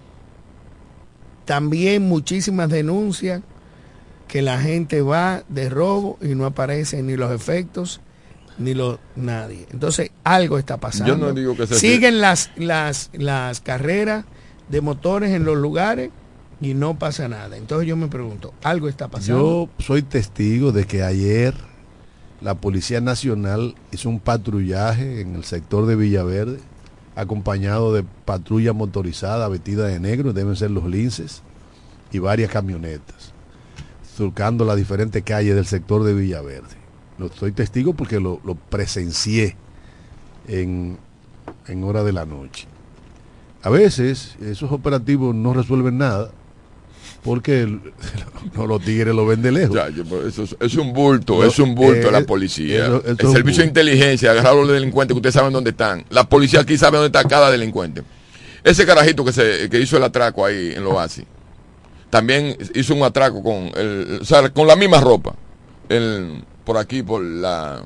También muchísimas denuncias que la gente va de robo y no aparecen ni los efectos ni los nadie. Entonces algo está pasando. Yo no digo que se Siguen las, las, las carreras de motores en los lugares y no pasa nada. Entonces yo me pregunto, algo está pasando. Yo soy testigo de que ayer la Policía Nacional hizo un patrullaje en el sector de Villaverde, acompañado de patrulla motorizada vestida de negro, deben ser los linces, y varias camionetas, surcando las diferentes calles del sector de Villaverde. Lo soy testigo porque lo, lo presencié en, en hora de la noche. A veces esos operativos no resuelven nada, porque el, no, los tigres lo ven de lejos. Ya, yo, eso es, es un bulto, No, es un bulto eh, la policía. eso- eso el es servicio de un inteligencia, agarrar a los delincuentes que ustedes saben dónde están. La policía aquí sabe dónde está cada delincuente. Ese carajito que se que hizo el atraco ahí en los Oasis, también hizo un atraco con el, o sea, con la misma ropa. El, por aquí, por la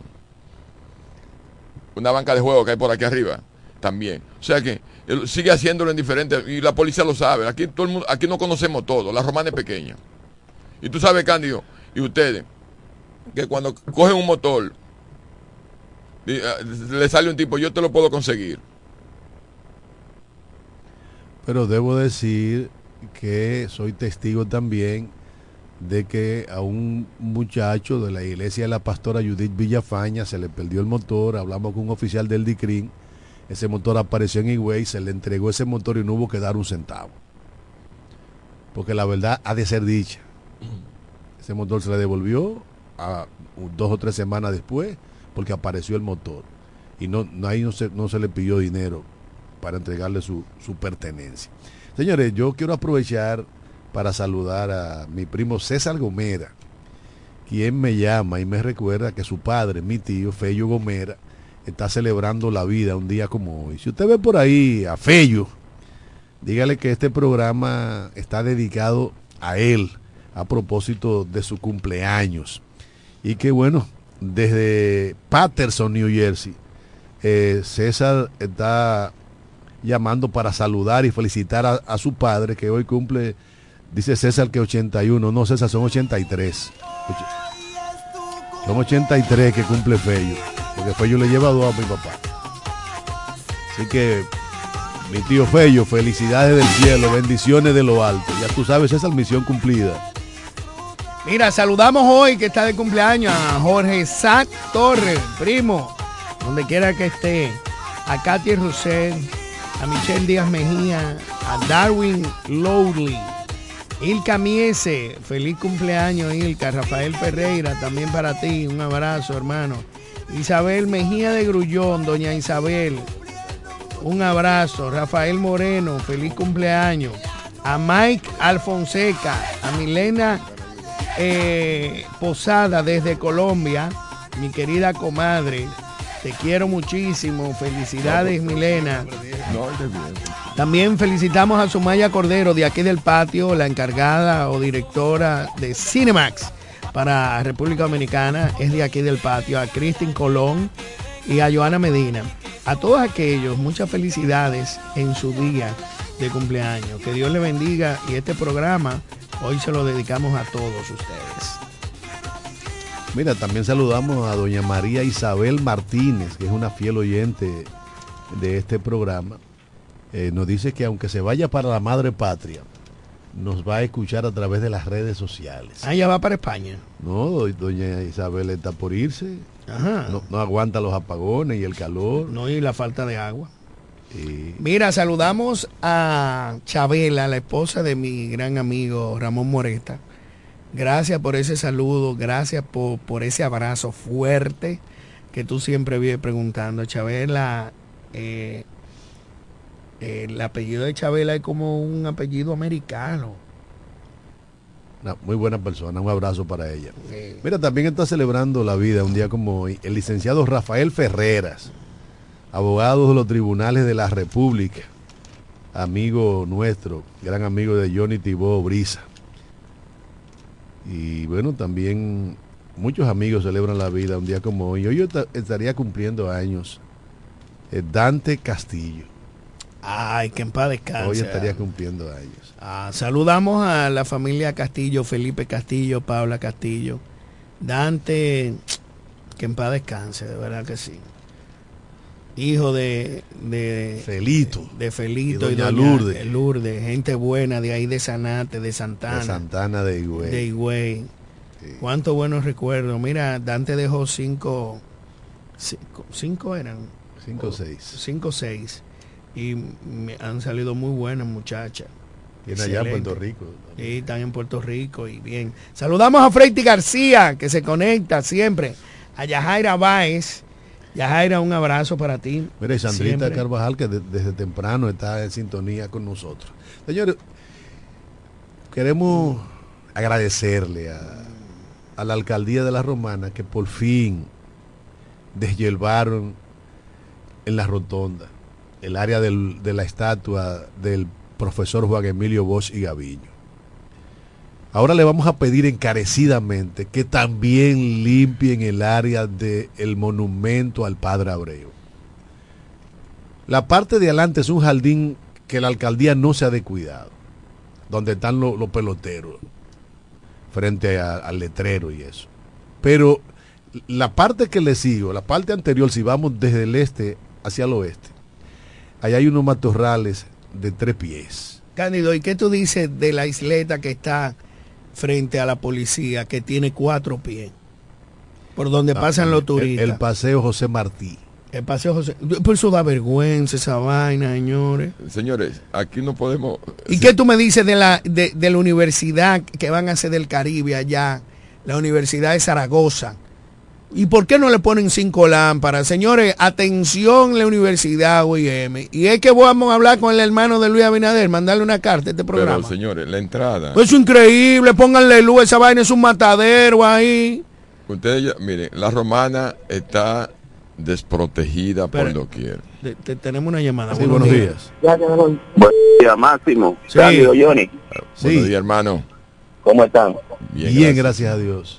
una banca de juego que hay por aquí arriba, también. O sea que él sigue haciéndolo en diferentes, y la policía lo sabe. Aquí todo el mundo, aquí no conocemos todo, la Romana es pequeña. Y tú sabes, Cándido, y ustedes, que cuando cogen un motor, y, uh, le sale un tipo, yo te lo puedo conseguir. Pero debo decir que soy testigo también de que a un muchacho de la iglesia de la pastora Judith Villafaña se le perdió el motor. Hablamos con un oficial del DICRIN, ese motor apareció en Higüey, se le entregó ese motor y no hubo que dar un centavo, porque la verdad ha de ser dicha, ese motor se le devolvió a dos o tres semanas después porque apareció el motor y no, no ahí no se, no se le pidió dinero para entregarle su, su pertenencia. Señores, yo quiero aprovechar para saludar a mi primo César Gomera, quien me llama y me recuerda que su padre, mi tío Fello Gomera, está celebrando la vida un día como hoy. Si usted ve por ahí a Fello, dígale que este programa está dedicado a él a propósito de su cumpleaños. Y que bueno, desde Patterson, New Jersey, eh, César está llamando para saludar y felicitar a, a su padre, que hoy cumple, dice César que ochenta y uno, no César, son ochenta y tres. Son ochenta y tres que cumple Fello, porque Fello le lleva dos a mi papá. Así que, mi tío Fello, felicidades del cielo, bendiciones de lo alto. Ya tú sabes, esa es misión cumplida. Mira, saludamos hoy que está de cumpleaños a Jorge Sac Torres, primo, donde quiera que esté, a Katy Rousset, a Michelle Díaz Mejía, a Darwin Lowley, Ilka Miese, feliz cumpleaños Ilka, Rafael Ferreira, también para ti, un abrazo hermano, Isabel Mejía de Grullón, doña Isabel, un abrazo, Rafael Moreno, feliz cumpleaños, a Mike Alfonseca, a Milena eh, Posada desde Colombia, mi querida comadre, te quiero muchísimo, felicidades Milena. También felicitamos a Sumaya Cordero de aquí del patio, la encargada o directora de Cinemax para República Dominicana, es de aquí del patio, a Cristin Colón y a Joana Medina. A todos aquellos, muchas felicidades en su día de cumpleaños. Que Dios le bendiga y este programa hoy se lo dedicamos a todos ustedes. Mira, también saludamos a doña María Isabel Martínez, que es una fiel oyente de este programa. Eh, nos dice que aunque se vaya para la madre patria, nos va a escuchar a través de las redes sociales. Ah, ya va para España. No, do- doña Isabel está por irse. Ajá. No, no aguanta los apagones y el calor. No, y la falta de agua. Y... Mira, saludamos a Chabela, la esposa de mi gran amigo Ramón Moreta. Gracias por ese saludo, gracias por, por ese abrazo fuerte que tú siempre vives preguntando. Chabela, eh, eh, el apellido de Chabela es como un apellido americano. Una muy buena persona, un abrazo para ella. Sí. Mira, también está celebrando la vida un día como hoy el licenciado Rafael Ferreras, abogado de los tribunales de la República, amigo nuestro, gran amigo de Johnny Tibó Brisa. Y bueno, también muchos amigos celebran la vida un día como hoy. Hoy yo estaría cumpliendo años. Eh, Dante Castillo. Ay, que en paz descanse. Hoy estaría cumpliendo años. Ah, saludamos a la familia Castillo, Felipe Castillo, Paula Castillo. Dante, que en paz descanse, de verdad que sí. Hijo de, de Felito. De Felito y doña, y doña Lourdes. Lourdes, gente buena de ahí de Sanate, de Santana. De Santana de Higüey. De Higüey. Sí. Cuántos buenos recuerdos. Mira, Dante dejó cinco, cinco, cinco eran. Cinco o seis. Cinco o seis. Y me han salido muy buenas muchachas. Viene allá en Puerto Rico. Sí, están en Puerto Rico y bien. Saludamos a Freiti García, que se conecta siempre. A Yajaira Báez. Yajaira, un abrazo para ti. Mira, y Sandrita siempre. Carvajal, que de, desde temprano está en sintonía con nosotros. Señores, queremos agradecerle a, a la alcaldía de La Romana que por fin deshiervaron en la rotonda el área del, de la estatua del profesor Juan Emilio Bosch y Gaviño. Ahora le vamos a pedir encarecidamente que también limpien el área del monumento al Padre Abreu. La parte de adelante es un jardín que la alcaldía no se ha descuidado, donde están los, los peloteros, frente a, al letrero y eso. Pero la parte que le sigo, la parte anterior, si vamos desde el este hacia el oeste, allá hay unos matorrales de tres pies. Cándido, ¿y qué tú dices de la isleta que está frente a la policía, que tiene cuatro pies, por donde no, pasan los turistas? El, el paseo José Martí. El paseo José, por eso da vergüenza esa vaina, señores. Señores, aquí no podemos. ¿Y sí. qué tú me dices de la de, de la universidad que van a hacer del Caribe allá, la Universidad de Zaragoza? ¿Y por qué no le ponen cinco lámparas? Señores, atención la Universidad U I M. Y es que vamos a hablar con el hermano de Luis Abinader, mandarle una carta a este programa. Pero, señores, la entrada. Eso es increíble, pónganle luz, esa vaina es un matadero ahí. Ustedes, ya, miren, La Romana está desprotegida Pero, por doquier. Te, te, tenemos una llamada. Sí, buenos días. días. Buenos días, Máximo. Sí. Cándido, Johnny. Sí. Buenos días, hermano. ¿Cómo están? Bien, Bien gracias. gracias a Dios.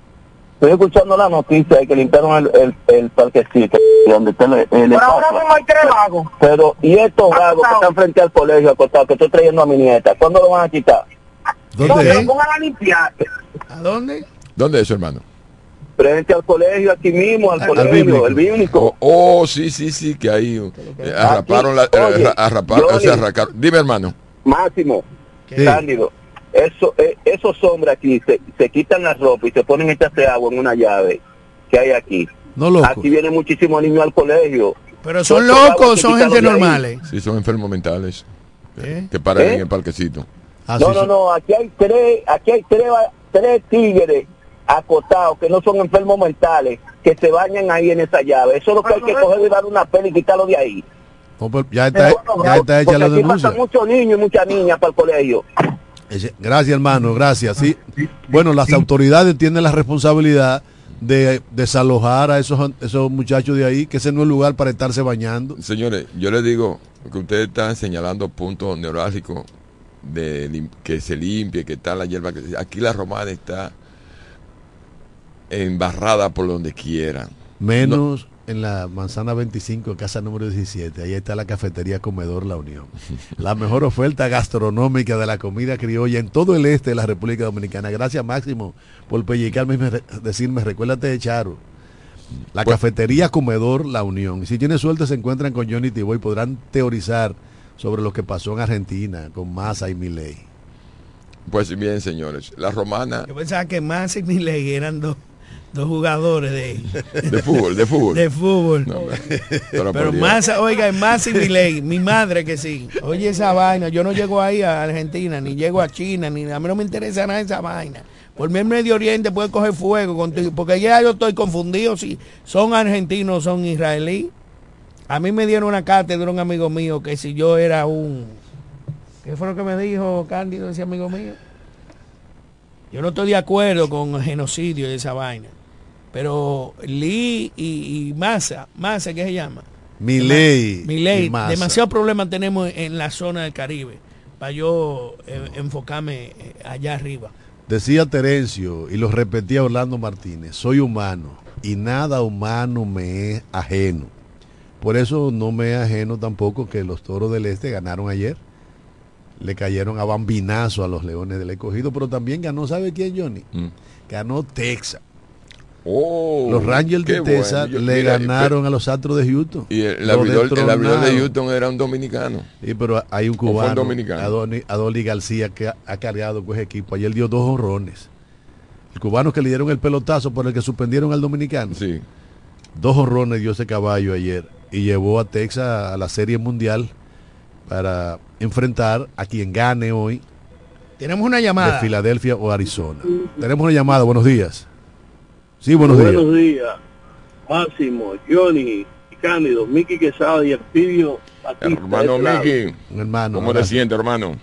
Estoy escuchando la noticia de que limpiaron el, el, el parquecito donde está el, el Pero ahora mismo hay tres vagos. Pero, ¿y estos vagos que están frente al colegio acostados que estoy trayendo a mi nieta? ¿Cuándo lo van a quitar? ¿Dónde es? Pongan a limpiar. ¿A dónde? ¿Dónde es eso, hermano? Frente al colegio, aquí mismo, al, al colegio, bíblico. El bíblico. Oh, oh, sí, sí, sí, que ahí eh, arraparon la... Oye, eh, arraparon, Johnny, o sea, arracaron. Dime, hermano. Máximo, sí. Cándido. Eso, eh, esos hombres aquí se, se quitan la ropa y se ponen a echarse agua en una llave que hay aquí. No, loco. Aquí vienen muchísimos niños al colegio. Pero son locos, son gente normales. Sí, son enfermos mentales. ¿Eh? Que paran ¿Eh? en el parquecito. Ah, no, sí, no, sí. no, aquí hay tres, aquí hay tres, tres tigres acotados que no son enfermos mentales, que se bañan ahí en esa llave. Eso es lo que hay que coger y dar una pena y quitarlo de ahí. No, pero ya está, Pero, ya está hecha la aquí denuncia. pasan muchos niños y muchas niñas para el colegio. Gracias, hermano, gracias. Sí. Bueno, las autoridades tienen la responsabilidad de desalojar a esos, esos muchachos de ahí, que ese no es el lugar para estarse bañando. Señores, yo les digo que ustedes están señalando puntos neurálgicos de que se limpie, que está la hierba. Que, aquí La Romana está embarrada por donde quiera. Menos no. En la manzana veinticinco, casa número diecisiete, ahí está la cafetería Comedor La Unión. La mejor oferta gastronómica de la comida criolla en todo el este de la República Dominicana. Gracias, Máximo, por pellicarme y decirme, recuérdate de Charo. La pues, cafetería Comedor La Unión. Y si tiene suerte se encuentran con Johnny Tibó y podrán teorizar sobre lo que pasó en Argentina con Massa y Milei. Pues bien, señores, La Romana... Yo pensaba que Massa y Milei eran dos... Dos jugadores de... De fútbol, de fútbol. De fútbol. No, pero pero Massa, oiga, Massa y Milei, mi madre que sí. Oye esa vaina, yo no llego ahí a Argentina, ni llego a China, ni a mí no me interesa nada esa vaina. Por mí el Medio Oriente puede coger fuego contigo, porque ya yo estoy confundido si son argentinos o son israelíes. A mí me dieron una cátedra un amigo mío que si yo era un... ¿Qué fue lo que me dijo Cándido, ese amigo mío? Yo no estoy de acuerdo con el genocidio y esa vaina. Pero Lee y, y Massa, Massa, ¿qué se llama? Milei. Milei, demasiados problemas tenemos en la zona del Caribe para yo eh, enfocarme allá arriba. Decía Terencio, y lo repetía Orlando Martínez, soy humano y nada humano me es ajeno. Por eso no me es ajeno tampoco que los Toros del Este ganaron ayer. Le cayeron a bambinazo a los Leones del Escogido, pero también ganó, ¿sabe quién, Johnny? Mm. Ganó Texas. Oh, los Rangers de Texas bueno. le mira, ganaron pero, a los Astros de Houston. Y el, el, abridor, el abridor de Houston era un dominicano. Sí, pero hay un cubano, Adoni, Adoni García, que ha, ha cargado con ese equipo. Ayer dio dos honrones. El cubano que le dieron el pelotazo por el que suspendieron al dominicano. Sí. Dos honrones dio ese caballo ayer y llevó a Texas a la Serie Mundial para enfrentar a quien gane hoy. Tenemos una llamada. De Filadelfia o Arizona. Tenemos una llamada. Buenos días. Sí, buenos, buenos días. días. Máximo, Johnny, Cándido, Miki Quesada y Elpidio. Hermano Miki, hermano, ¿cómo te sientes, hermano?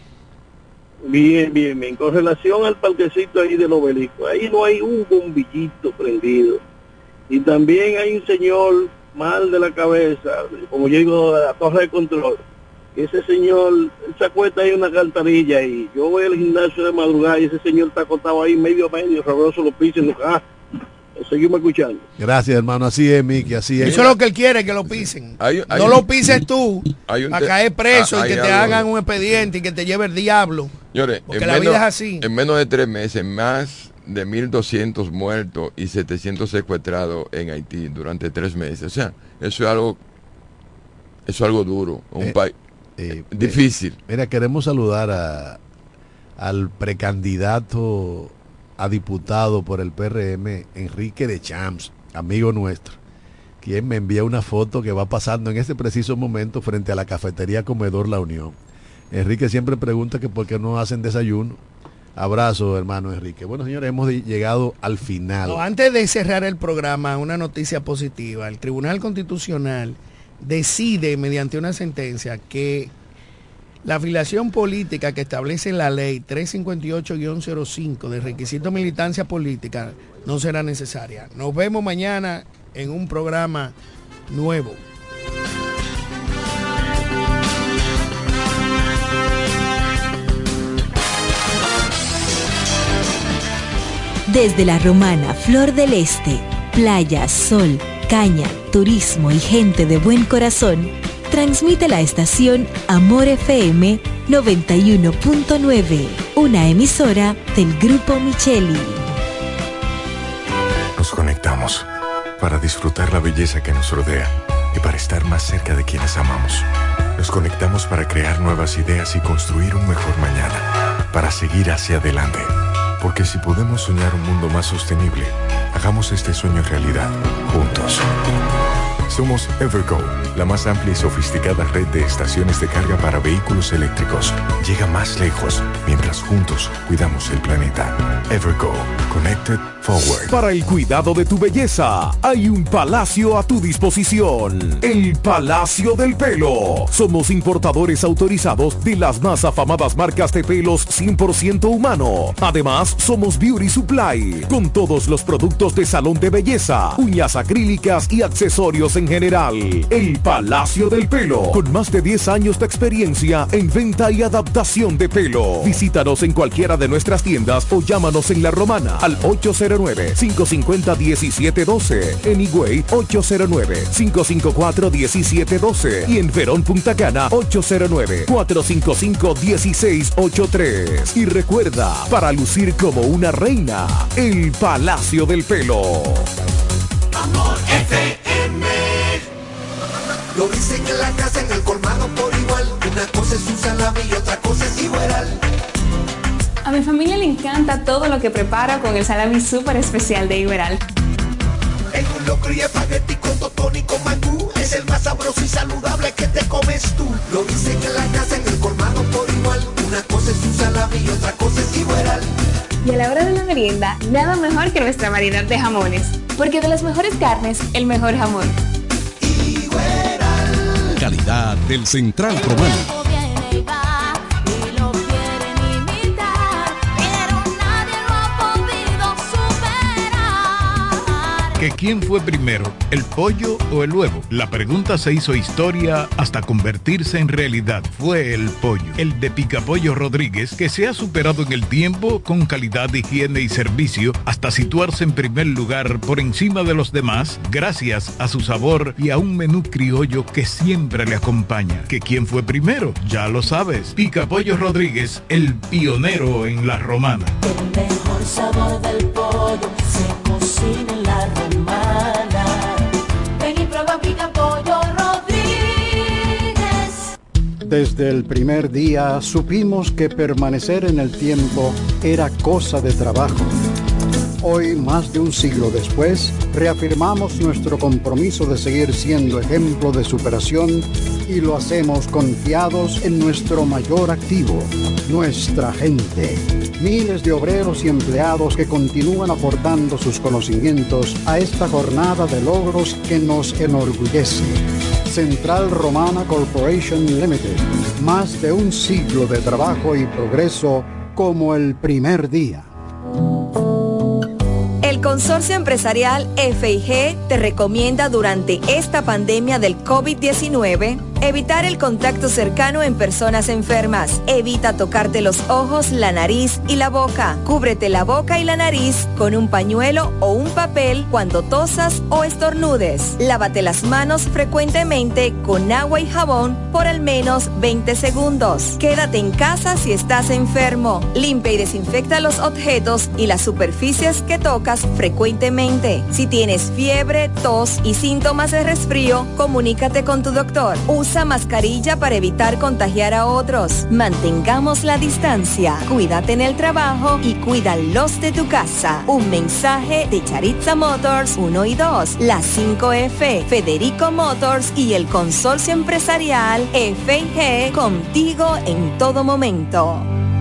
Bien, bien, bien. Con relación al parquecito ahí del Obelisco, ahí no hay un bombillito prendido. Y también hay un señor mal de la cabeza, como yo digo, de la torre de control. Ese señor se acuesta ahí en una alcantarilla y yo voy al gimnasio de madrugada y ese señor está acostado ahí medio a medio, rabroso los pisos. Ah, seguimos escuchando. Gracias, hermano. Así es, Miki, así es. Eso es lo que él quiere, que lo pisen. Hay, hay no un, lo pises tú a caer preso ah, y que te hagan un expediente y que te lleve el diablo. Señores, porque la menos, vida es así. En menos de tres meses, más de mil doscientos muertos y setecientos secuestrados en Haití durante tres meses. O sea, eso es algo, eso es algo duro. Un eh, país eh, difícil. Mira, queremos saludar a, al precandidato a diputado por el P R M, Enrique de Champs, amigo nuestro, quien me envía una foto que va pasando en este preciso momento frente a la cafetería Comedor La Unión. Enrique siempre pregunta que por qué no hacen desayuno. Abrazo, hermano Enrique. Bueno, señores, hemos llegado al final. No, antes de cerrar el programa, una noticia positiva. El Tribunal Constitucional decide, mediante una sentencia, que la afiliación política que establece la ley trescientos cincuenta y ocho guión cero cinco de requisito de militancia política no será necesaria. Nos vemos mañana en un programa nuevo. Desde la Romana, Flor del Este, playa, sol, caña, turismo y gente de buen corazón, transmite la estación Amor F M noventa y uno punto nueve, una emisora del Grupo Micheli. Nos conectamos para disfrutar la belleza que nos rodea y para estar más cerca de quienes amamos. Nos conectamos para crear nuevas ideas y construir un mejor mañana, para seguir hacia adelante. Porque si podemos soñar un mundo más sostenible, hagamos este sueño realidad, juntos. Somos Evergo, la más amplia y sofisticada red de estaciones de carga para vehículos eléctricos. Llega más lejos, mientras juntos cuidamos el planeta. Evergo, Connected Forward. Para el cuidado de tu belleza, hay un palacio a tu disposición. El Palacio del Pelo. Somos importadores autorizados de las más afamadas marcas de pelos cien por ciento humano. Además, somos Beauty Supply, con todos los productos de salón de belleza, uñas acrílicas y accesorios en general. El Palacio del Pelo, con más de diez años de experiencia en venta y adaptación de pelo. Visítanos en cualquiera de nuestras tiendas o llámanos en La Romana al ocho cero nueve, cinco cinco cero, uno siete uno dos, en Higüey ocho cero nueve, cinco cinco cuatro, uno siete uno dos y en Verón Punta Cana ocho cero nueve, cuatro cinco cinco, uno seis ocho tres. Y recuerda, para lucir como una reina, el Palacio del Pelo. Amor F M. Lo dicen en la casa, en el colmado por igual. Una cosa es un salami y otra cosa es igual. A mi familia le encanta todo lo que preparo con el salami súper especial de Iberal. En un locro y espagueti con totón y con mangú. Es el más sabroso y saludable que te comes tú. Lo dicen en la casa, en el colmado por igual. Una cosa es un salami y otra cosa es Igueral. Y a la hora de la merienda, nada mejor que nuestra variedad de jamones. Porque de las mejores carnes, el mejor jamón. Igueral. Calidad del Central Romano. ¿Que quién fue primero, el pollo o el huevo? La pregunta se hizo historia hasta convertirse en realidad. Fue el pollo, el de Picapollo Rodríguez, que se ha superado en el tiempo con calidad, higiene y servicio hasta situarse en primer lugar por encima de los demás, gracias a su sabor y a un menú criollo que siempre le acompaña. ¿Que quién fue primero? Ya lo sabes. Picapollo Rodríguez, el pionero en la Romana. El mejor sabor del pollo se cocina en la Romana. Ven y prueba Picapollo Rodríguez. Desde el primer día supimos que permanecer en el tiempo era cosa de trabajo. Hoy, más de un siglo después, reafirmamos nuestro compromiso de seguir siendo ejemplo de superación y lo hacemos confiados en nuestro mayor activo, nuestra gente. Miles de obreros y empleados que continúan aportando sus conocimientos a esta jornada de logros que nos enorgullece. Central Romana Corporation Limited. Más de un siglo de trabajo y progreso como el primer día. El Consorcio Empresarial F I G te recomienda durante esta pandemia del COVID diecinueve evitar el contacto cercano en personas enfermas. Evita tocarte los ojos, la nariz y la boca. Cúbrete la boca y la nariz con un pañuelo o un papel cuando tosas o estornudes. Lávate las manos frecuentemente con agua y jabón por al menos veinte segundos. Quédate en casa si estás enfermo. Limpia y desinfecta los objetos y las superficies que tocas frecuentemente. Si tienes fiebre, tos y síntomas de resfrío, comunícate con tu doctor. Usa mascarilla para evitar contagiar a otros. Mantengamos la distancia. Cuídate en el trabajo y cuídalos de tu casa. Un mensaje de Charitza Motors uno y dos, las cinco F, Federico Motors y el Consorcio Empresarial F I G, contigo en todo momento.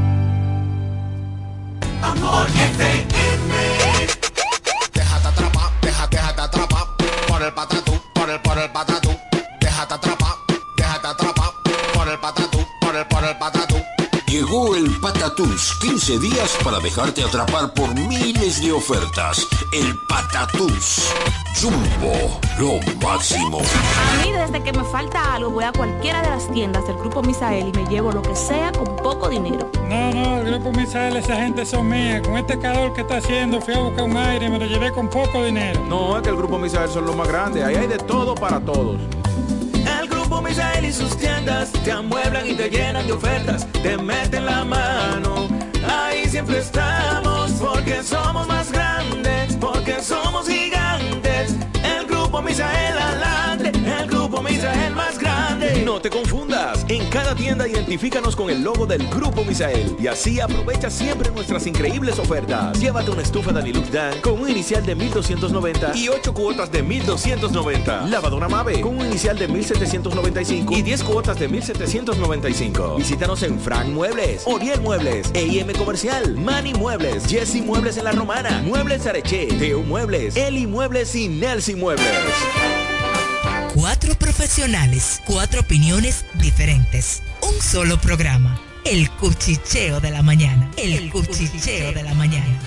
Amor F M. Déjate atrapar, déjate, déjate atrapar por el patatú, por el, por el patatú. Déjate atrapar, déjate atrapar por el patatú, por el, por el patatú. Llegó el Patatús, quince días para dejarte atrapar por miles de ofertas. El Patatús. Jumbo, lo máximo. A mí desde que me falta algo voy a cualquiera de las tiendas del Grupo Misael y me llevo lo que sea con poco dinero. No, no, el Grupo Misael, esa gente son mías. Con este calor que está haciendo fui a buscar un aire y me lo llevé con poco dinero. No, es que el Grupo Misael son los más grandes. Ahí hay de todo para todos. El Grupo Misael y sus tiendas te amueblan y te llenan de ofertas, te meten la mano. Ahí siempre estamos porque somos más grandes, porque somos gigantes. El Grupo Misael adelante, el Grupo Misael más grande. No te confundas, en cada tienda identifícanos con el logo del Grupo Misael y así aprovecha siempre nuestras increíbles ofertas. Llévate una estufa Danilux Dan con un inicial de mil doscientos noventa y ocho cuotas de mil doscientos noventa. Lavadora Mave con un inicial de mil setecientos noventa y cinco y diez cuotas de mil setecientos noventa y cinco. Visítanos en Frank Muebles, Oriel Muebles, E I M Comercial, Mani Muebles, Jesse Muebles en La Romana, Muebles Areche, Teo Muebles, Eli Muebles y Nelson Muebles. Cuatro profesionales, cuatro opiniones diferentes. Un solo programa. El Cuchicheo de la Mañana. El, El Cuchicheo, Cuchicheo de la Mañana.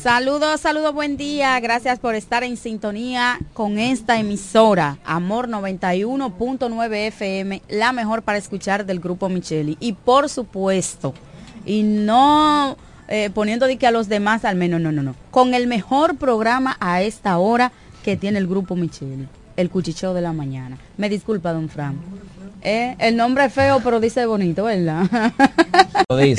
Saludos, saludos, buen día. Gracias por estar en sintonía con esta emisora, Amor noventa y uno punto nueve F M, la mejor para escuchar del Grupo Micheli. Y por supuesto, y no eh, poniendo de que a los demás al menos, no, no, no, con el mejor programa a esta hora que tiene el Grupo Micheli, el Cuchicheo de la Mañana. Me disculpa, don Fran. Eh, el nombre es feo, pero dice bonito, ¿verdad? Lo dice.